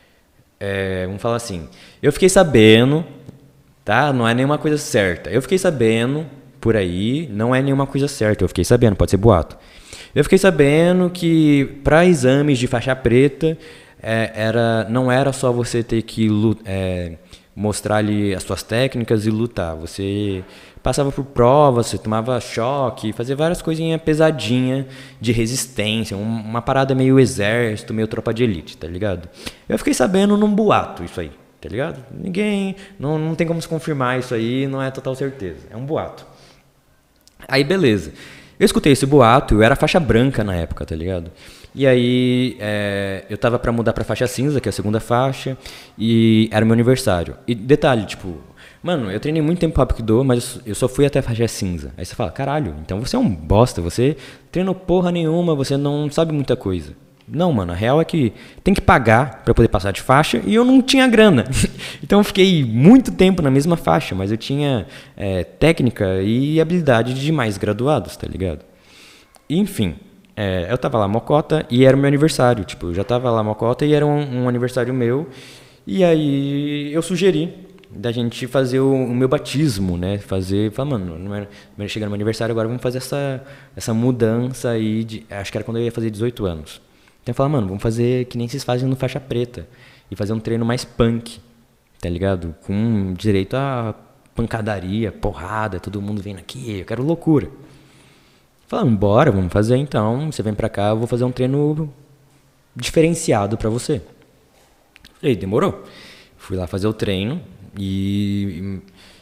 É, vamos falar assim. Eu fiquei sabendo, tá? Não é nenhuma coisa certa. Eu fiquei sabendo por aí, não é nenhuma coisa certa. Eu fiquei sabendo, pode ser boato. Eu fiquei sabendo que para exames de faixa preta, é, era, não era só você ter que é, mostrar ali as suas técnicas e lutar. Você passava por provas, você tomava choque, fazia várias coisinhas pesadinhas de resistência, uma parada meio exército, meio tropa de elite, tá ligado? Eu fiquei sabendo num boato isso aí, tá ligado? Ninguém, não, não tem como se confirmar isso aí, não é total certeza, é um boato. Aí beleza, eu escutei esse boato, eu era faixa branca na época, tá ligado? E aí é, eu tava pra mudar pra faixa cinza, que é a segunda faixa, e era meu aniversário. E detalhe, tipo, mano, eu treinei muito tempo Hapkido, mas eu só fui até a faixa cinza. Aí você fala, caralho, então você é um bosta, você treinou porra nenhuma, você não sabe muita coisa. Não, mano, a real é que tem que pagar pra poder passar de faixa e eu não tinha grana. Então eu fiquei muito tempo na mesma faixa, mas eu tinha é, técnica e habilidade de mais graduados, tá ligado? E, enfim, é, eu tava lá mocota e era o meu aniversário. Tipo, eu já tava lá mocota e era um, um aniversário meu. E aí eu sugeri da gente fazer o, o meu batismo, né? Fazer, falar, mano, chegando no meu aniversário agora vamos fazer essa, essa mudança aí. De, acho que era quando eu ia fazer dezoito anos. Então eu falei, mano, vamos fazer que nem vocês fazem no faixa preta. E fazer um treino mais punk, tá ligado? Com direito a pancadaria, porrada, todo mundo vendo aqui, eu quero loucura. Falei, bora, vamos fazer então. Você vem pra cá, eu vou fazer um treino diferenciado pra você. Falei, demorou. Fui lá fazer o treino e...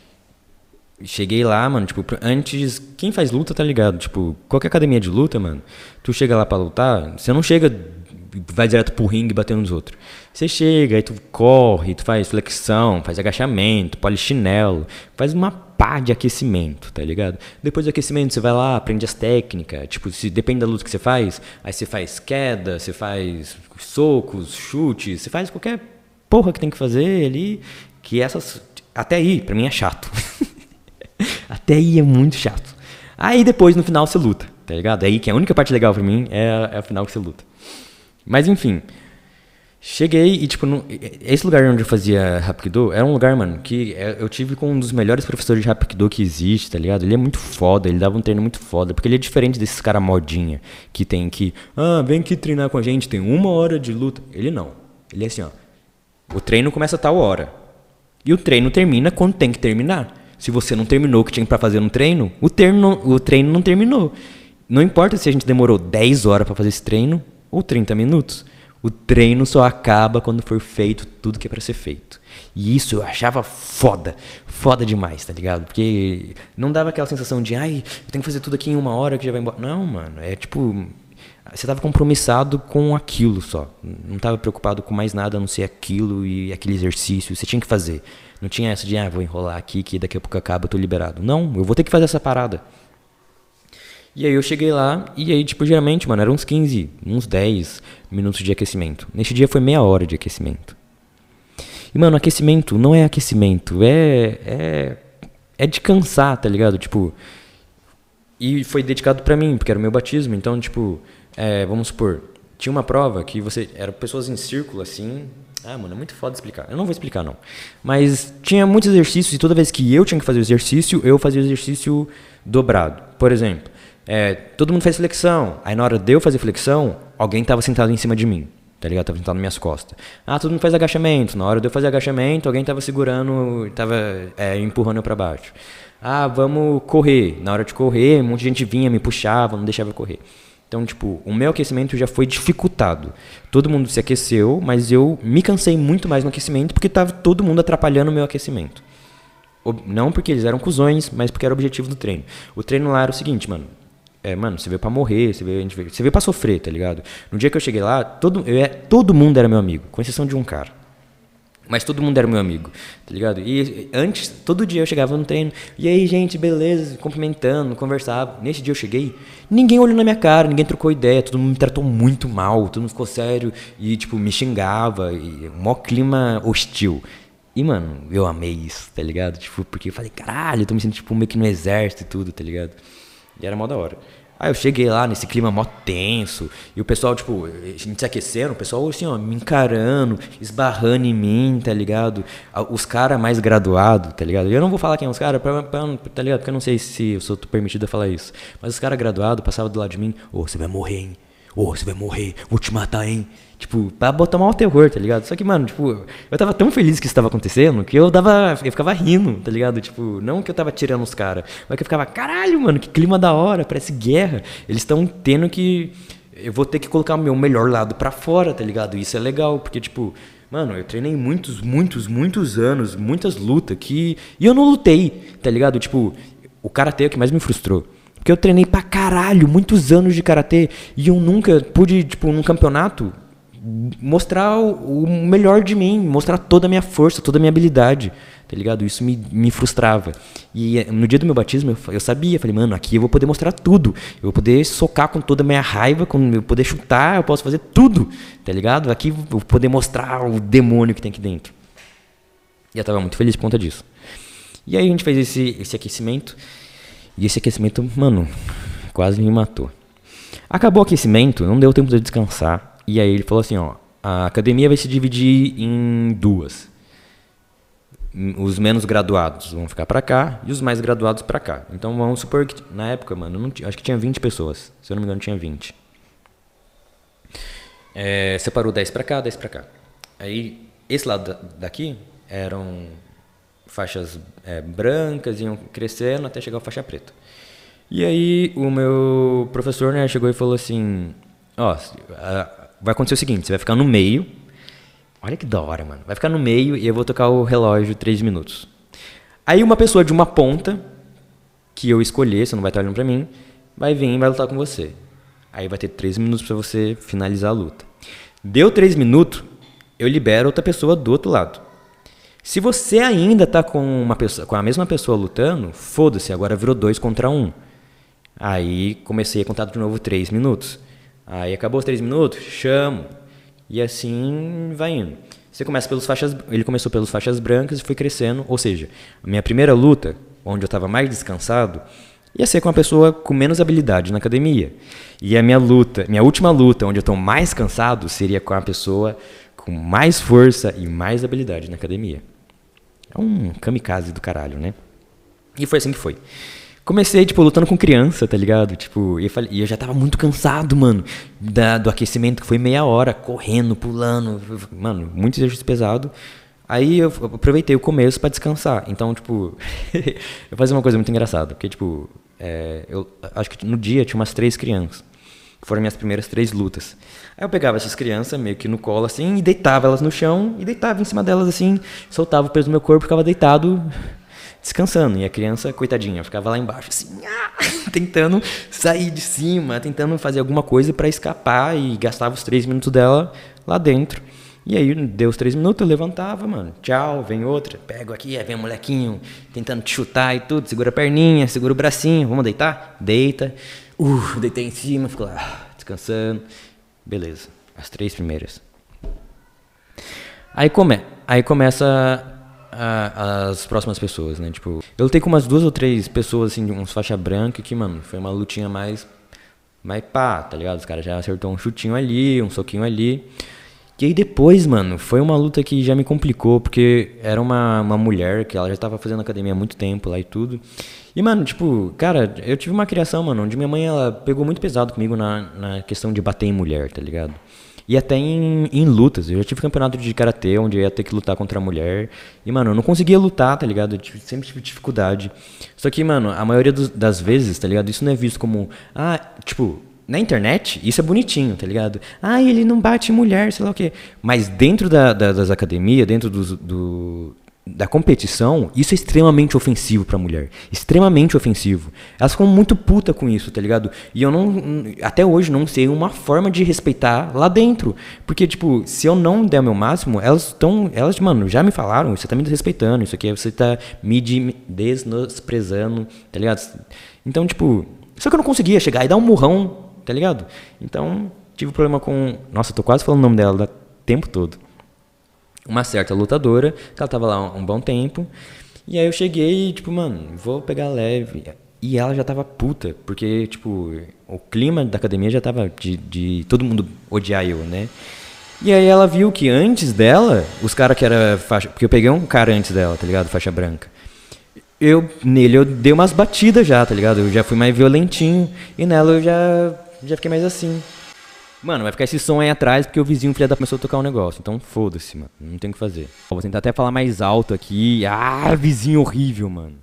Cheguei lá, mano, tipo, antes, quem faz luta tá ligado, tipo, qualquer academia de luta, mano, tu chega lá pra lutar, você não chega, vai direto pro ringue batendo nos outros. Você chega, aí tu corre, tu faz flexão, faz agachamento, polichinelo, faz uma pá de aquecimento, tá ligado? Depois do aquecimento você vai lá, aprende as técnicas, tipo, se depende da luta que você faz, aí você faz queda, você faz socos, chutes, você faz qualquer porra que tem que fazer ali, que essas, até aí, pra mim é chato. Até aí é muito chato. Aí depois no final você luta, tá ligado? Aí que a única parte legal pra mim é, é a final que você luta. Mas enfim, cheguei e tipo, no, esse lugar onde eu fazia Hapkido era um lugar, mano, que eu tive com um dos melhores professores de Hapkido que existe, tá ligado? Ele é muito foda, ele dava um treino muito foda, porque ele é diferente desses caras modinha que tem que, ah, vem aqui treinar com a gente, tem uma hora de luta. Ele não, ele é assim, ó, o treino começa a tal hora e o treino termina quando tem que terminar. Se você não terminou o que tinha pra fazer no treino, o, terno, o treino não terminou. Não importa se a gente demorou dez horas pra fazer esse treino ou trinta minutos. O treino só acaba quando for feito tudo que é pra ser feito. E isso eu achava foda. Foda demais, tá ligado? Porque não dava aquela sensação de, ai, eu tenho que fazer tudo aqui em uma hora que já vai embora. Não, mano, é tipo... Você tava compromissado com aquilo só. Não tava preocupado com mais nada a não ser aquilo e aquele exercício. Você tinha que fazer. Não tinha essa de, ah, vou enrolar aqui que daqui a pouco acaba, eu tô liberado. Não, eu vou ter que fazer essa parada. E aí eu cheguei lá e aí, tipo, geralmente, mano, eram uns quinze, uns dez minutos de aquecimento. Neste dia foi meia hora de aquecimento. E, mano, aquecimento não é aquecimento, é... É, é de cansar, tá ligado? Tipo... E foi dedicado pra mim, porque era o meu batismo. Então, tipo, é, vamos supor, tinha uma prova que você... Eram pessoas em círculo, assim... Ah, mano, é muito foda explicar. Eu não vou explicar, não. Mas tinha muitos exercícios e toda vez que eu tinha que fazer o exercício, eu fazia o exercício dobrado. Por exemplo, é, todo mundo faz flexão. Aí na hora de eu fazer flexão, alguém tava sentado em cima de mim. Tá ligado? Tava sentado nas minhas costas. Ah, todo mundo faz agachamento. Na hora de eu fazer agachamento, alguém tava segurando, tava é, empurrando eu pra baixo. Ah, vamos correr. Na hora de correr, um monte de gente vinha, me puxava, não deixava eu correr. Então, tipo, o meu aquecimento já foi dificultado. Todo mundo se aqueceu, mas eu me cansei muito mais no aquecimento porque tava todo mundo atrapalhando o meu aquecimento. Não porque eles eram cuzões, mas porque era o objetivo do treino. O treino lá era o seguinte, mano. É, mano, você veio pra morrer, você veio, você veio pra sofrer, tá ligado? No dia que eu cheguei lá, todo, eu, todo mundo era meu amigo, com exceção de um cara. Mas todo mundo era meu amigo, tá ligado? E antes, todo dia eu chegava no treino, e aí, gente, beleza, cumprimentando, conversava. Nesse dia eu cheguei, ninguém olhou na minha cara, ninguém trocou ideia, todo mundo me tratou muito mal, todo mundo ficou sério e, tipo, me xingava, e um maior clima hostil. E, mano, eu amei isso, tá ligado? Tipo, porque eu falei, caralho, eu tô me sentindo, tipo, meio que no exército e tudo, tá ligado? E era mó da hora. Aí eu cheguei lá nesse clima mó tenso, e o pessoal, tipo, a gente se aquecendo, o pessoal assim, ó, me encarando, esbarrando em mim, tá ligado? Os caras mais graduados, tá ligado? Eu não vou falar quem é os caras, tá ligado? Porque eu não sei se eu sou permitido a falar isso. Mas os caras graduados passavam do lado de mim, ô, oh, você vai morrer, hein? Ô, oh, você vai morrer, vou te matar, hein? Tipo, pra botar mal terror, tá ligado? Só que, mano, tipo, eu tava tão feliz que isso tava acontecendo que eu dava, eu ficava rindo, tá ligado? Tipo, não que eu tava tirando os caras, mas que eu ficava, caralho, mano, que clima da hora, parece guerra. Eles estão tendo que, eu vou ter que colocar o meu melhor lado pra fora, tá ligado? Isso é legal, porque, tipo, mano, eu treinei muitos, muitos, muitos anos, muitas lutas que, e eu não lutei, tá ligado? Tipo, o karatê é o que mais me frustrou. Porque eu treinei pra caralho, muitos anos de karatê, e eu nunca pude, tipo, num campeonato, mostrar o, o melhor de mim, mostrar toda a minha força, toda a minha habilidade, tá ligado? Isso me, me frustrava. E no dia do meu batismo, eu, eu sabia, falei, mano, aqui eu vou poder mostrar tudo. Eu vou poder socar com toda a minha raiva, com, eu vou poder chutar, eu posso fazer tudo, tá ligado? Aqui eu vou poder mostrar o demônio que tem aqui dentro. E eu tava muito feliz por conta disso. E aí a gente fez esse, esse aquecimento, e esse aquecimento, mano, quase me matou. Acabou o aquecimento, não deu tempo de eu descansar. E aí ele falou assim, ó, a academia vai se dividir em duas. Os menos graduados vão ficar pra cá e os mais graduados pra cá. Então vamos supor que na época, mano, não tinha, acho que tinha vinte pessoas. Se eu não me engano, tinha vinte. É, separou dez pra cá, dez pra cá. Aí esse lado daqui eram faixas é, brancas, iam crescendo até chegar a faixa preta. E aí o meu professor, né, chegou e falou assim, ó, vai acontecer o seguinte, você vai ficar no meio. Olha que da hora, mano. Vai ficar no meio e eu vou tocar o relógio três minutos. Aí uma pessoa de uma ponta, que eu escolher, você não vai estar olhando pra mim, vai vir e vai lutar com você. Aí vai ter três minutos pra você finalizar a luta. Deu três minutos, eu libero outra pessoa do outro lado. Se você ainda tá com, uma pessoa, com a mesma pessoa lutando, foda-se, agora virou dois contra um. Aí comecei a contar de novo três minutos. Aí acabou os três minutos, chamo. E assim vai indo. Você começa pelos faixas, ele começou pelas faixas brancas e foi crescendo. Ou seja, a minha primeira luta, onde eu estava mais descansado, ia ser com uma pessoa com menos habilidade na academia. E a minha luta, minha última luta, onde eu estou mais cansado, seria com uma pessoa com mais força e mais habilidade na academia. É um kamikaze do caralho, né? E foi assim que foi. Comecei, tipo, lutando com criança, tá ligado? Tipo, e eu, falei, e eu já tava muito cansado, mano, da, do aquecimento, que foi meia hora, correndo, pulando, mano, muito exercício pesado. Aí eu aproveitei o começo pra descansar. Então, tipo, eu fazia uma coisa muito engraçada, porque, tipo, é, eu acho que no dia tinha umas três crianças, que foram minhas primeiras três lutas. Aí eu pegava essas crianças meio que no colo, assim, e deitava elas no chão, e deitava em cima delas, assim, soltava o peso do meu corpo, ficava deitado, descansando. E a criança, coitadinha, ficava lá embaixo, assim, ah, tentando sair de cima, tentando fazer alguma coisa pra escapar, e gastava os três minutos dela lá dentro. E aí, deu os três minutos, eu levantava, mano, tchau, vem outra, pego aqui, aí vem um molequinho tentando te chutar e tudo, segura a perninha, segura o bracinho, vamos deitar? Deita, uh, deitei em cima, fico lá, descansando, beleza, as três primeiras. Aí, come, aí começa a, as próximas pessoas, né, tipo, eu lutei com umas duas ou três pessoas, assim, de uns faixa branca, que, mano, foi uma lutinha mais, mais pá, tá ligado? Os caras já acertou um chutinho ali, um soquinho ali. E aí depois, mano, foi uma luta que já me complicou, porque era uma, uma mulher que ela já tava fazendo academia há muito tempo lá e tudo. E, mano, tipo, cara, eu tive uma criação, mano, onde minha mãe, ela pegou muito pesado comigo na, na questão de bater em mulher, tá ligado? E até em, em lutas. Eu já tive campeonato de karatê, onde eu ia ter que lutar contra a mulher. E, mano, eu não conseguia lutar, tá ligado? Eu tive, sempre tive dificuldade. Só que, mano, a maioria dos, das vezes, tá ligado? Isso não é visto como, ah, tipo... Na internet, isso é bonitinho, tá ligado? Ah, ele não bate em mulher, sei lá o quê. Mas dentro da, da, das academias, dentro dos, do, da competição, isso é extremamente ofensivo pra mulher. Extremamente ofensivo. Elas ficam muito puta com isso, tá ligado? E eu não, até hoje, não sei uma forma de respeitar lá dentro. Porque, tipo, se eu não der o meu máximo, elas estão, elas, mano, já me falaram, você tá me desrespeitando, isso aqui você tá me desprezando, tá ligado? Então, tipo, só que eu não conseguia chegar e dar um murrão, tá ligado? Então, tive problema com, nossa, eu tô quase falando o nome dela o tempo todo. Uma certa lutadora, que ela tava lá um, um bom tempo, e aí eu cheguei e, tipo, mano, vou pegar leve, e ela já tava puta, porque, tipo, o clima da academia já tava de, de todo mundo odiar eu, né? E aí ela viu que antes dela, os caras que era faixa, porque eu peguei um cara antes dela, tá ligado, faixa branca, eu, nele eu dei umas batidas já, tá ligado, eu já fui mais violentinho, e nela eu já, já fiquei mais assim. Mano, vai ficar esse som aí atrás porque o vizinho filha da começou a tocar um negócio. Então foda-se, mano. Não tem o que fazer. Vou tentar até falar mais alto aqui. Ah, vizinho horrível, mano.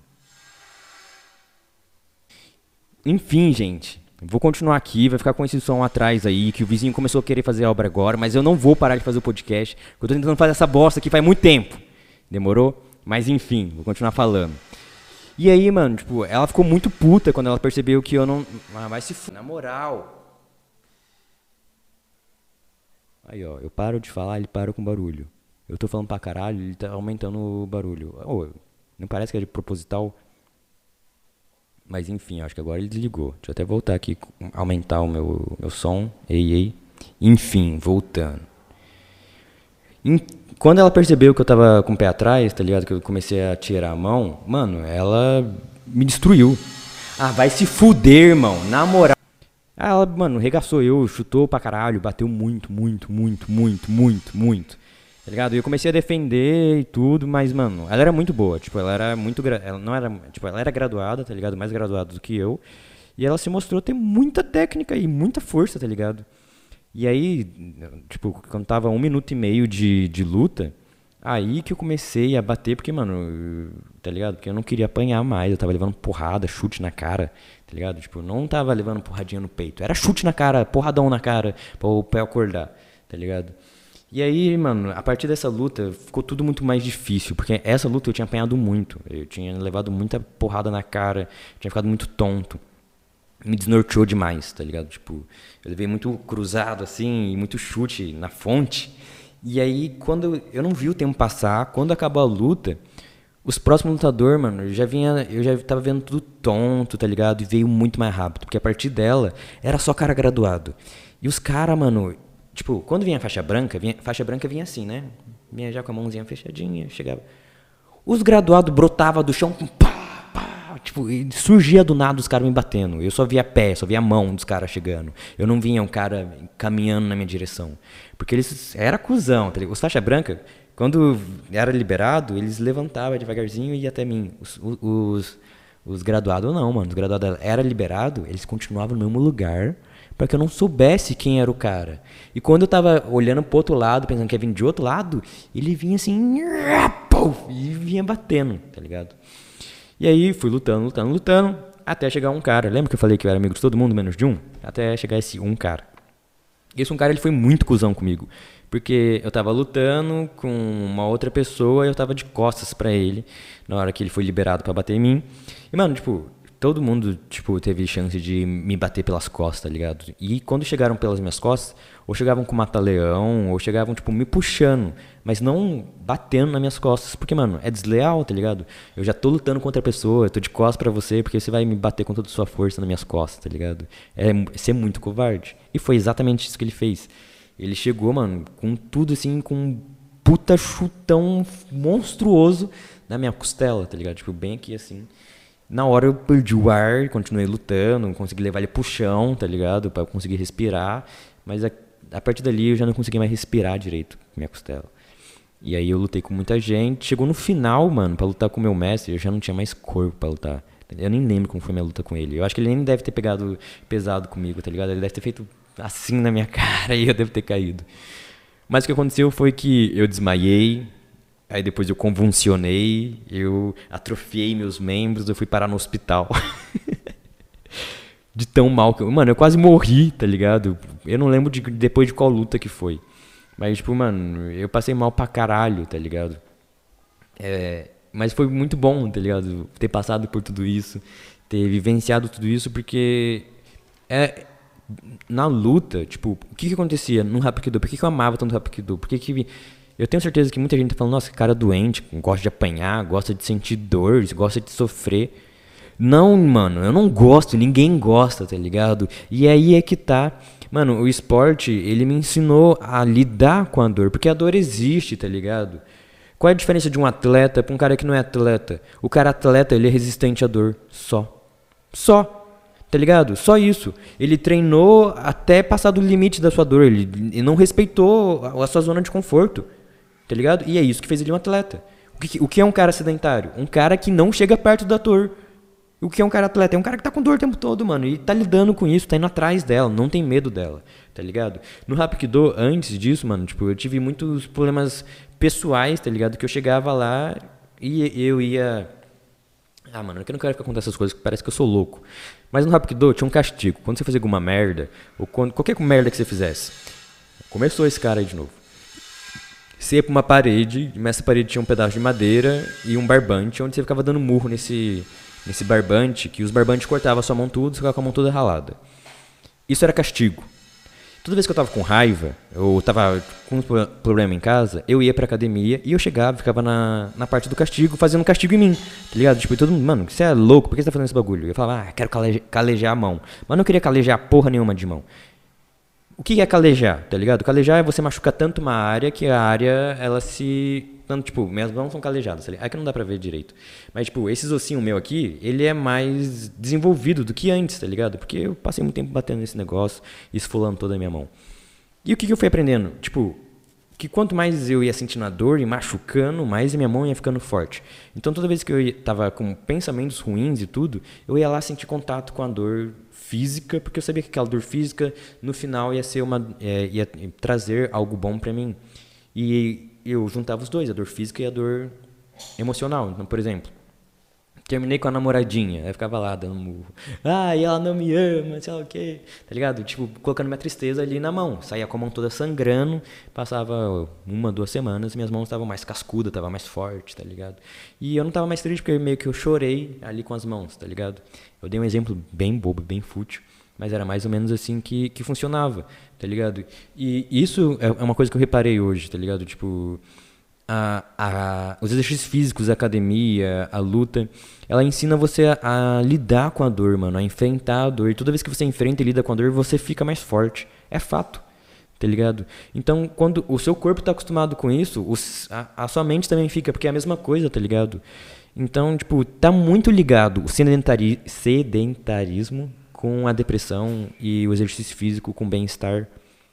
Enfim, gente. Vou continuar aqui. Vai ficar com esse som atrás aí. Que o vizinho começou a querer fazer a obra agora. Mas eu não vou parar de fazer o podcast. Eu tô tentando fazer essa bosta aqui faz muito tempo. Demorou? Mas enfim, vou continuar falando. E aí, mano, tipo, ela ficou muito puta quando ela percebeu que eu não... Ah, vai se f... Na moral... Aí, ó, eu paro de falar, ele para com barulho. Eu tô falando pra caralho, ele tá aumentando o barulho. Oh, não parece que é de proposital? Mas enfim, acho que agora ele desligou. Deixa eu até voltar aqui, aumentar o meu, meu som. Ei, ei. Enfim, voltando. Em, quando ela percebeu que eu tava com o pé atrás, tá ligado? Que eu comecei a tirar a mão, mano, ela me destruiu. Ah, vai se fuder, irmão, na moral. Ah, ela, mano, regaçou eu, chutou pra caralho, bateu muito, muito, muito, muito, muito, muito. Tá ligado? E eu comecei a defender e tudo, mas, mano, ela era muito boa. Tipo, ela era muito... Gra... Ela não era... Tipo, ela era graduada, tá ligado? Mais graduada do que eu. E ela se mostrou ter muita técnica e muita força, tá ligado? E aí, tipo, quando tava um minuto e meio de, de luta, aí que eu comecei a bater, porque, mano, tá ligado? Porque eu não queria apanhar mais, eu tava levando porrada, chute na cara, tá ligado? Tipo, não tava levando porradinha no peito, era chute na cara, porradão na cara, pra o pé acordar, tá ligado? E aí, mano, a partir dessa luta, ficou tudo muito mais difícil, porque essa luta eu tinha apanhado muito, eu tinha levado muita porrada na cara, tinha ficado muito tonto. Me desnorteou demais, tá ligado? Tipo, eu levei muito cruzado, assim, e muito chute na fonte. E aí, quando eu, eu não vi o tempo passar, quando acabou a luta, os próximos lutadores, mano, eu já vinha, eu já tava vendo tudo tonto, tá ligado? E veio muito mais rápido, porque a partir dela, era só cara graduado. E os caras, mano, tipo, quando vinha a faixa branca, vinha, faixa branca vinha assim, né? Vinha já com a mãozinha fechadinha, chegava. Os graduados brotavam do chão com pá! Tipo, surgia do nada os caras me batendo. Eu só via pé, só via a mão dos caras chegando. Eu não vinha um cara caminhando na minha direção. Porque eles... Era cuzão, tá ligado? Os faixa branca, quando era liberado, eles levantavam devagarzinho e ia até mim. Os, os, os graduados não, mano. Os graduados era liberado, eles continuavam no mesmo lugar pra que eu não soubesse quem era o cara. E quando eu tava olhando pro outro lado, pensando que ia vir de outro lado, ele vinha assim... E vinha batendo, tá ligado? E aí fui lutando, lutando, lutando, até chegar um cara. Lembra que eu falei que eu era amigo de todo mundo, menos de um? Até chegar esse um cara. E esse um cara, ele foi muito cuzão comigo. Porque eu tava lutando com uma outra pessoa e eu tava de costas pra ele, na hora que ele foi liberado pra bater em mim. E, mano, tipo, todo mundo, tipo, teve chance de me bater pelas costas, tá ligado? E quando chegaram pelas minhas costas, ou chegavam com mata-leão, ou chegavam, tipo, me puxando, mas não batendo nas minhas costas. Porque, mano, é desleal, tá ligado? Eu já tô lutando contra a pessoa, eu tô de costas pra você, porque você vai me bater com toda a sua força nas minhas costas, tá ligado? É ser muito covarde. E foi exatamente isso que ele fez. Ele chegou, mano, com tudo assim, com um puta chutão monstruoso na minha costela, tá ligado? Tipo, bem aqui assim. Na hora eu perdi o ar, continuei lutando, consegui levar ele pro chão, tá ligado? Pra eu conseguir respirar. Mas a, a partir dali eu já não consegui mais respirar direito com minha costela. E aí eu lutei com muita gente. Chegou no final, mano, pra lutar com o meu mestre, eu já não tinha mais corpo pra lutar. Eu nem lembro como foi minha luta com ele. Eu acho que ele nem deve ter pegado pesado comigo, tá ligado? Ele deve ter feito assim na minha cara e eu devo ter caído. Mas o que aconteceu foi que eu desmaiei. Aí depois eu convulsionei, eu atrofiei meus membros, eu fui parar no hospital. De tão mal que eu... Mano, eu quase morri, tá ligado? Eu não lembro de, depois de qual luta que foi. Mas, tipo, mano, eu passei mal pra caralho, tá ligado? É, mas foi muito bom, tá ligado? Ter passado por tudo isso, ter vivenciado tudo isso, porque é, na luta, tipo, o que que acontecia no Hapkido? Por que que eu amava tanto o Hapkido? Por que que eu tenho certeza que muita gente tá falando, nossa, cara doente, gosta de apanhar, gosta de sentir dor, gosta de sofrer. Não, mano, eu não gosto, ninguém gosta, tá ligado? E aí é que tá. Mano, o esporte, ele me ensinou a lidar com a dor, porque a dor existe, tá ligado? Qual é a diferença de um atleta pra um cara que não é atleta? O cara atleta, ele é resistente à dor, só. Só. Tá ligado? Só isso. Ele treinou até passar do limite da sua dor, ele, ele não respeitou a, a sua zona de conforto. Tá ligado? E é isso que fez ele um atleta. O que, o que é um cara sedentário? Um cara que não chega perto da dor. O que é um cara atleta? É um cara que tá com dor o tempo todo, mano. E tá lidando com isso, tá indo atrás dela, não tem medo dela, tá ligado? No Hapkido, antes disso, mano, tipo, eu tive muitos problemas pessoais, tá ligado? Que eu chegava lá e eu ia... Ah, mano, eu não quero ficar contando essas coisas, parece que eu sou louco. Mas no Hapkido tinha um castigo. Quando você fazia alguma merda, ou quando, qualquer merda que você fizesse, começou esse cara aí de novo. Você ia pra uma parede, e nessa parede tinha um pedaço de madeira e um barbante, onde você ficava dando murro nesse... nesse barbante, que os barbantes cortavam a sua mão tudo, você ficava com a mão toda ralada. Isso era castigo. Toda vez que eu tava com raiva, eu tava com um problema em casa, eu ia pra academia e eu chegava, ficava na, na parte do castigo, fazendo castigo em mim, tá ligado? Tipo, todo mundo, mano, você é louco, por que você tá fazendo esse bagulho? Eu falava, ah, quero calejar, calejar a mão. Mas eu não queria calejar porra nenhuma de mão. O que é calejar, tá ligado? Calejar é você machucar tanto uma área que a área, ela se... Tanto, tipo, minhas mãos são calejadas, tá ligado? É que não dá pra ver direito. Mas, tipo, esses ossinhos meu aqui, ele é mais desenvolvido do que antes, tá ligado? Porque eu passei muito tempo batendo nesse negócio, esfolando toda a minha mão. E o que que eu fui aprendendo? Tipo, que quanto mais eu ia sentindo a dor e machucando, mais a minha mão ia ficando forte. Então, toda vez que eu ia, tava com pensamentos ruins e tudo, eu ia lá sentir contato com a dor física, porque eu sabia que aquela dor física, no final, ia ser uma, é, ia trazer algo bom pra mim. E eu juntava os dois, a dor física e a dor emocional. Então, por exemplo, terminei com a namoradinha, aí ficava lá dando murro. Ah, e ela não me ama, sei lá o quê. Tá ligado? Tipo, colocando minha tristeza ali na mão. Saía com a mão toda sangrando, passava uma, duas semanas, minhas mãos estavam mais cascudas, estavam mais fortes, tá ligado? E eu não tava mais triste porque meio que eu chorei ali com as mãos, tá ligado? Eu dei um exemplo bem bobo, bem fútil, mas era mais ou menos assim que, que funcionava, tá ligado? E isso é uma coisa que eu reparei hoje, tá ligado? Tipo, a, a, os exercícios físicos, a academia, a luta, ela ensina você a, a lidar com a dor, mano, a enfrentar a dor. E toda vez que você enfrenta e lida com a dor, você fica mais forte. É fato, tá ligado? Então, quando o seu corpo tá acostumado com isso, os, a, a sua mente também fica, porque é a mesma coisa, tá ligado? Então, tipo, tá muito ligado o sedentari, sedentarismo com a depressão e o exercício físico com bem-estar.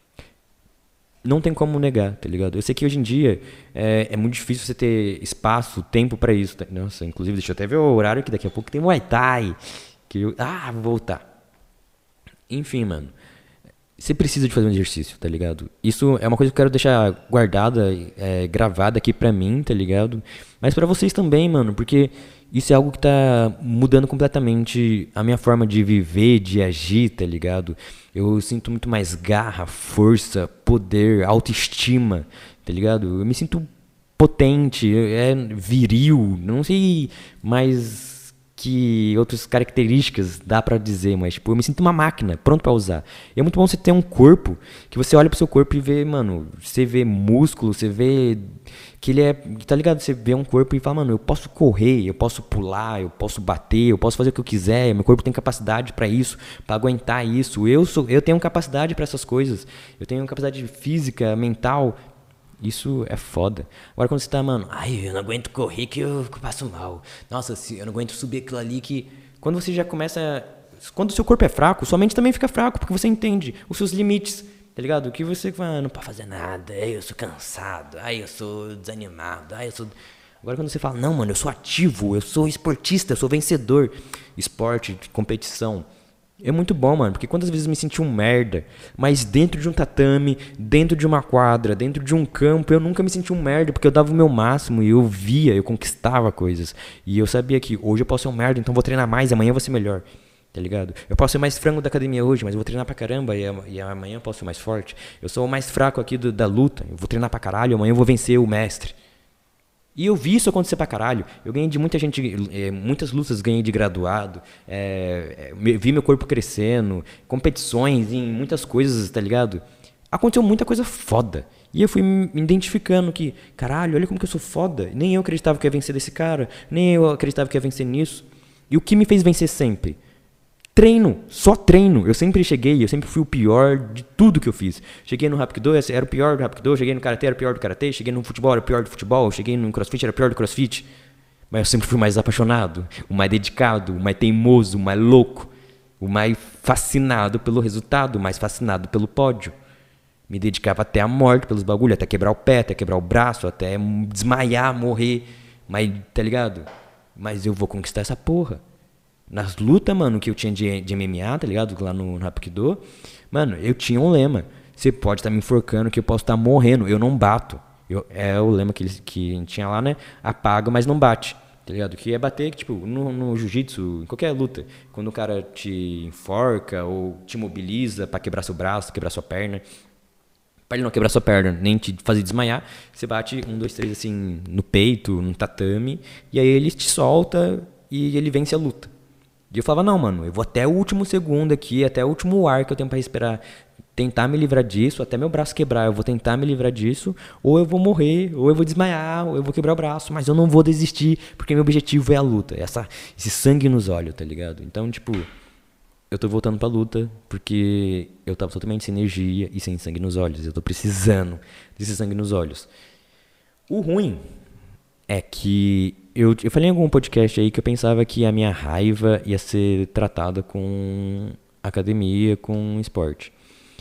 Não tem como negar, tá ligado? Eu sei que hoje em dia é, é muito difícil você ter espaço, tempo pra isso. Tá? Nossa, inclusive, deixa eu até ver o horário que daqui a pouco tem Muay Thai. Que eu, ah, vou voltar. Enfim, mano. Você precisa de fazer um exercício, tá ligado? Isso é uma coisa que eu quero deixar guardada, é, gravada aqui pra mim, tá ligado? Mas pra vocês também, mano, porque isso é algo que tá mudando completamente a minha forma de viver, de agir, tá ligado? Eu sinto muito mais garra, força, poder, autoestima, tá ligado? Eu me sinto potente, é viril, não sei mais que outras características dá pra dizer, mas tipo, eu me sinto uma máquina, pronto pra usar. E é muito bom você ter um corpo, que você olha pro seu corpo e vê, mano, você vê músculo, você vê que ele é, tá ligado? Você vê um corpo e fala, mano, eu posso correr, eu posso pular, eu posso bater, eu posso fazer o que eu quiser, meu corpo tem capacidade pra isso, pra aguentar isso. Eu sou, eu tenho capacidade pra essas coisas. Eu tenho capacidade física, mental. Isso é foda. Agora quando você tá, mano, ai, eu não aguento correr que eu, que eu passo mal. Nossa, eu não aguento subir aquilo ali que... Quando você já começa... Quando o seu corpo é fraco, sua mente também fica fraco, porque você entende os seus limites, tá ligado? Que você fala, ah, não pode fazer nada, ai, eu sou cansado, ai, eu sou desanimado, ai, eu sou... Agora quando você fala, não, mano, eu sou ativo, eu sou esportista, eu sou vencedor. Esporte, competição... É muito bom, mano, porque quantas vezes eu me senti um merda, mas dentro de um tatame, dentro de uma quadra, dentro de um campo, eu nunca me senti um merda, porque eu dava o meu máximo e eu via, eu conquistava coisas. E eu sabia que hoje eu posso ser um merda, então vou treinar mais, amanhã eu vou ser melhor, tá ligado? Eu posso ser mais frango da academia hoje, mas eu vou treinar pra caramba e, e amanhã eu posso ser mais forte. Eu sou o mais fraco aqui do, da luta, eu vou treinar pra caralho, amanhã eu vou vencer o mestre. E eu vi isso acontecer pra caralho. Eu ganhei de muita gente, é, muitas lutas ganhei de graduado, é, é, vi meu corpo crescendo, competições em muitas coisas, tá ligado? Aconteceu muita coisa foda. E eu fui me identificando que, caralho, olha como que eu sou foda. Nem eu acreditava que ia vencer desse cara, nem eu acreditava que ia vencer nisso. E o que me fez vencer sempre? Treino, só treino. Eu sempre cheguei, eu sempre fui o pior de tudo que eu fiz. Cheguei no Hapkido, era o pior do Hapkido. Cheguei no Karatê, era o pior do Karatê. Cheguei no futebol, era o pior do futebol. Cheguei no CrossFit, era o pior do CrossFit. Mas eu sempre fui o mais apaixonado, o mais dedicado, o mais teimoso, o mais louco. O mais fascinado pelo resultado, o mais fascinado pelo pódio. Me dedicava até a morte pelos bagulhos, até quebrar o pé, até quebrar o braço, até desmaiar, morrer. Mas, tá ligado? Mas eu vou conquistar essa porra. Nas lutas, mano, que eu tinha de, de M M A, tá ligado? Lá no, no Hapkido, mano, eu tinha um lema. Você pode estar tá me enforcando que eu posso estar tá morrendo, eu não bato. Eu, é o lema que, eles, que a gente tinha lá, né? Apaga, mas não bate, tá ligado? Que é bater, tipo, no, no jiu-jitsu, em qualquer luta. Quando o cara te enforca ou te mobiliza pra quebrar seu braço, quebrar sua perna. Pra ele não quebrar sua perna, nem te fazer desmaiar, você bate um, dois, três, assim, no peito, no tatame, e aí ele te solta e ele vence a luta. E eu falava, não, mano, eu vou até o último segundo aqui, até o último ar que eu tenho pra respirar, tentar me livrar disso, até meu braço quebrar, eu vou tentar me livrar disso, ou eu vou morrer, ou eu vou desmaiar, ou eu vou quebrar o braço, mas eu não vou desistir, porque meu objetivo é a luta, essa, esse sangue nos olhos, tá ligado? Então, tipo, eu tô voltando pra luta, porque eu tava totalmente sem energia e sem sangue nos olhos, eu tô precisando desse sangue nos olhos. O ruim é que eu, eu falei em algum podcast aí que eu pensava que a minha raiva ia ser tratada com academia, com esporte.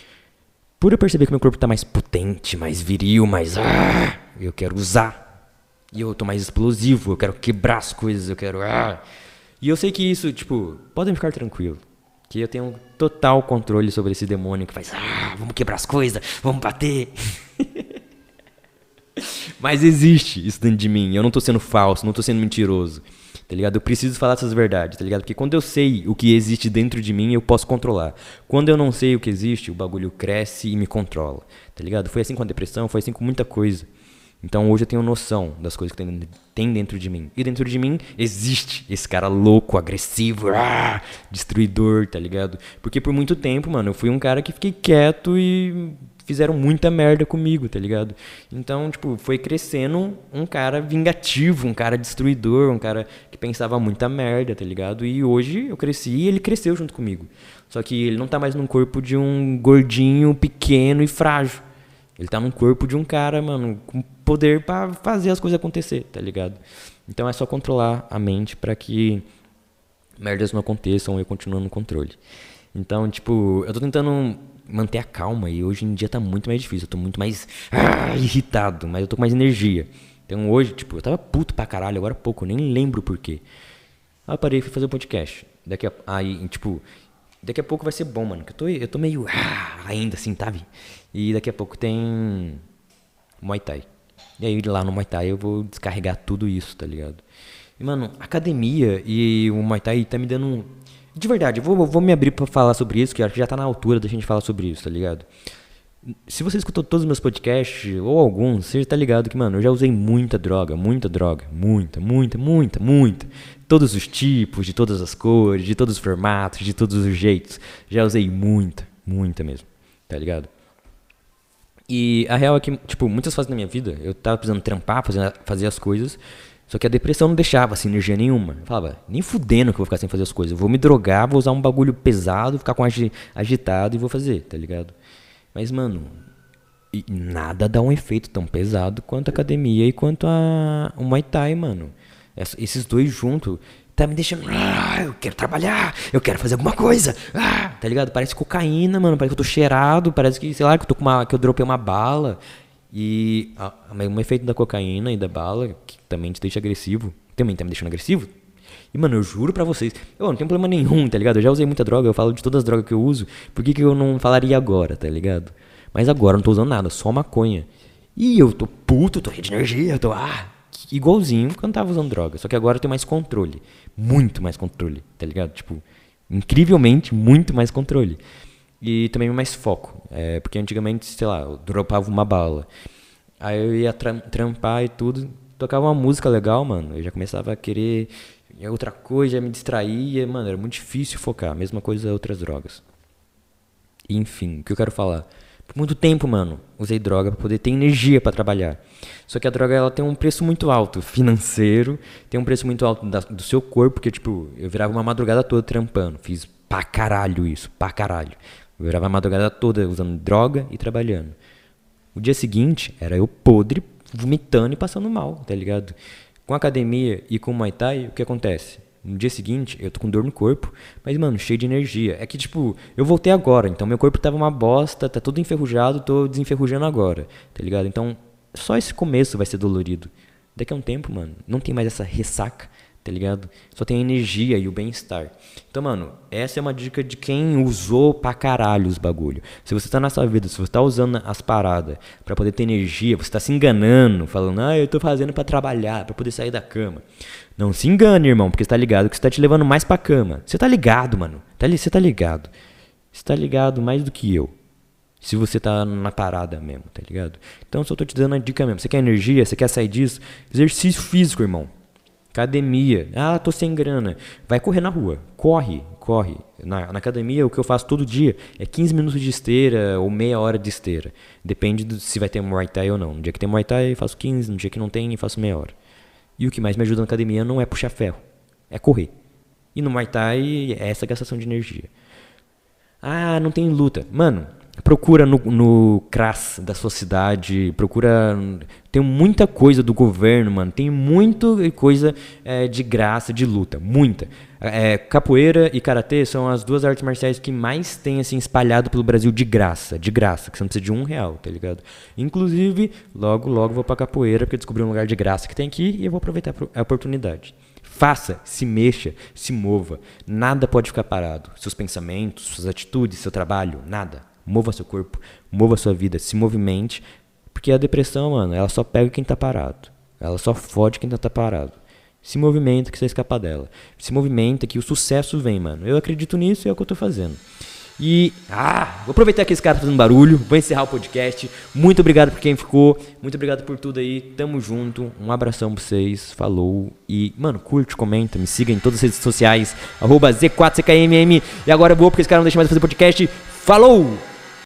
Por eu perceber que meu corpo tá mais potente, mais viril, mais... Ah, eu quero usar. E eu tô mais explosivo, eu quero quebrar as coisas, eu quero... Ah. E eu sei que isso, tipo, podem ficar tranquilo. Que eu tenho total controle sobre esse demônio que faz... Ah, vamos quebrar as coisas, vamos bater... Mas existe isso dentro de mim. Eu não tô sendo falso, não tô sendo mentiroso. Tá ligado? Eu preciso falar essas verdades, tá ligado? Porque quando eu sei o que existe dentro de mim, eu posso controlar. Quando eu não sei o que existe, o bagulho cresce e me controla. Tá ligado? Foi assim com a depressão, foi assim com muita coisa. Então hoje eu tenho noção das coisas que tem dentro de mim. E dentro de mim existe esse cara louco, agressivo, ah, destruidor, tá ligado? Porque por muito tempo, mano, eu fui um cara que fiquei quieto e... fizeram muita merda comigo, tá ligado? Então, tipo, foi crescendo um cara vingativo, um cara destruidor, um cara que pensava muita merda, tá ligado? E hoje eu cresci e ele cresceu junto comigo. Só que ele não tá mais num corpo de um gordinho pequeno e frágil. Ele tá num corpo de um cara, mano, com poder pra fazer as coisas acontecer, tá ligado? Então é só controlar a mente pra que merdas não aconteçam e eu continuo no controle. Então, tipo, eu tô tentando... manter a calma e hoje em dia tá muito mais difícil, eu tô muito mais ah, irritado, mas eu tô com mais energia. Então hoje, tipo, eu tava puto pra caralho, agora há pouco, eu nem lembro por quê. Aí eu parei e fui fazer o podcast. Daqui a, aí, tipo, daqui a pouco vai ser bom, mano, que eu tô, eu tô meio ah, ainda assim, sabe? E daqui a pouco tem Muay Thai. E aí lá no Muay Thai eu vou descarregar tudo isso, tá ligado? E, mano, academia e o Muay Thai tá me dando um... De verdade, eu vou, vou me abrir pra falar sobre isso, que eu acho que já tá na altura da gente falar sobre isso, tá ligado? Se você escutou todos os meus podcasts, ou alguns, você já tá ligado que, mano, eu já usei muita droga, muita droga, muita, muita, muita, muita. Todos os tipos, de todas as cores, de todos os formatos, de todos os jeitos. Já usei muita, muita mesmo, tá ligado? E a real é que, tipo, muitas fases da minha vida, eu tava precisando trampar, fazer, fazer as coisas... Só que a depressão não deixava assim, energia nenhuma. Eu falava, nem fudendo que eu vou ficar sem fazer as coisas. Eu vou me drogar, vou usar um bagulho pesado, ficar com agi- agitado e vou fazer, tá ligado? Mas, mano, e nada dá um efeito tão pesado quanto a academia e quanto a, o Muay Thai, mano. Ess- esses dois juntos tá me deixando... Ah, eu quero trabalhar, eu quero fazer alguma coisa. Ah, tá ligado? Parece cocaína, mano. Parece que eu tô cheirado, parece que, sei lá, que eu, tô com uma, que eu dropei uma bala... E a, a, um efeito da cocaína e da bala, que também te deixa agressivo, também tá me deixando agressivo. E, mano, eu juro pra vocês, eu não tenho problema nenhum, tá ligado? Eu já usei muita droga, eu falo de todas as drogas que eu uso, por que que eu não falaria agora, tá ligado? Mas agora eu não tô usando nada, só maconha. E eu tô puto, tô cheio de energia, eu tô, ah, igualzinho quando tava usando droga. Só que agora eu tenho mais controle, muito mais controle, tá ligado? Tipo, incrivelmente muito mais controle. E também mais foco, é, porque antigamente, sei lá, eu dropava uma bala, aí eu ia tra- trampar e tudo, tocava uma música legal, mano, eu já começava a querer outra coisa, me distraía, mano, era muito difícil focar. Mesma coisa outras drogas. Enfim, o que eu quero falar? Por muito tempo, mano, usei droga pra poder ter energia pra trabalhar. Só que a droga, ela tem um preço muito alto, financeiro, tem um preço muito alto da, do seu corpo, porque, tipo, eu virava uma madrugada toda trampando. Fiz pra caralho isso, pra caralho. Eu virava a madrugada toda usando droga e trabalhando. O dia seguinte, era eu podre, vomitando e passando mal, tá ligado? Com a academia e com o Muay Thai, o que acontece? No dia seguinte, eu tô com dor no corpo, mas, mano, cheio de energia. É que, tipo, eu voltei agora, então meu corpo tava uma bosta, tá todo enferrujado, tô desenferrujando agora, tá ligado? Então, só esse começo vai ser dolorido. Daqui a um tempo, mano, não tem mais essa ressaca, tá ligado? Só tem a energia e o bem-estar. Então, mano, essa é uma dica de quem usou pra caralho os bagulho. Se você tá nessa vida, se você tá usando as paradas pra poder ter energia, você tá se enganando, falando, ah, eu tô fazendo pra trabalhar, pra poder sair da cama. Não se engane, irmão, porque você tá ligado que você tá te levando mais pra cama. Você tá ligado, mano. Você tá ligado. Você tá ligado mais do que eu. Se você tá na parada mesmo, tá ligado? Então, só tô te dando a dica mesmo. Você quer energia? Você quer sair disso? Exercício físico, irmão. Academia. Ah, tô sem grana. Vai correr na rua. Corre, corre. Na, na academia, o que eu faço todo dia é quinze minutos de esteira ou meia hora de esteira. Depende de se vai ter Muay Thai ou não. No dia que tem Muay Thai, eu faço quinze. No dia que não tem, eu faço meia hora. E o que mais me ajuda na academia não é puxar ferro, é correr. E no Muay Thai é essa gastação de energia. Ah, não tem luta. Mano, procura no, no C R A S da sua cidade, procura... Tem muita coisa do governo, mano. Tem muita coisa é, de graça, de luta. Muita. É, capoeira e karatê são as duas artes marciais que mais tem, assim, espalhado pelo Brasil de graça. De graça, que você não precisa de um real, tá ligado? Inclusive, logo, logo vou pra capoeira, porque eu descobri um lugar de graça que tem aqui e eu vou aproveitar a oportunidade. Faça, se mexa, se mova. Nada pode ficar parado. Seus pensamentos, suas atitudes, seu trabalho, nada. Mova seu corpo, mova sua vida, se movimente. Porque a depressão, mano, ela só pega quem tá parado. Ela só fode quem tá parado. Se movimenta que você escapa dela. Se movimenta que o sucesso vem, mano. Eu acredito nisso e é o que eu tô fazendo. E, ah, vou aproveitar que esse cara tá fazendo barulho. Vou encerrar o podcast. Muito obrigado por quem ficou. Muito obrigado por tudo aí. Tamo junto. Um abração pra vocês. Falou. E, mano, curte, comenta, me siga em todas as redes sociais. Arroba Z quatro C K M M. E agora eu vou porque esse cara não deixa mais de fazer podcast. Falou!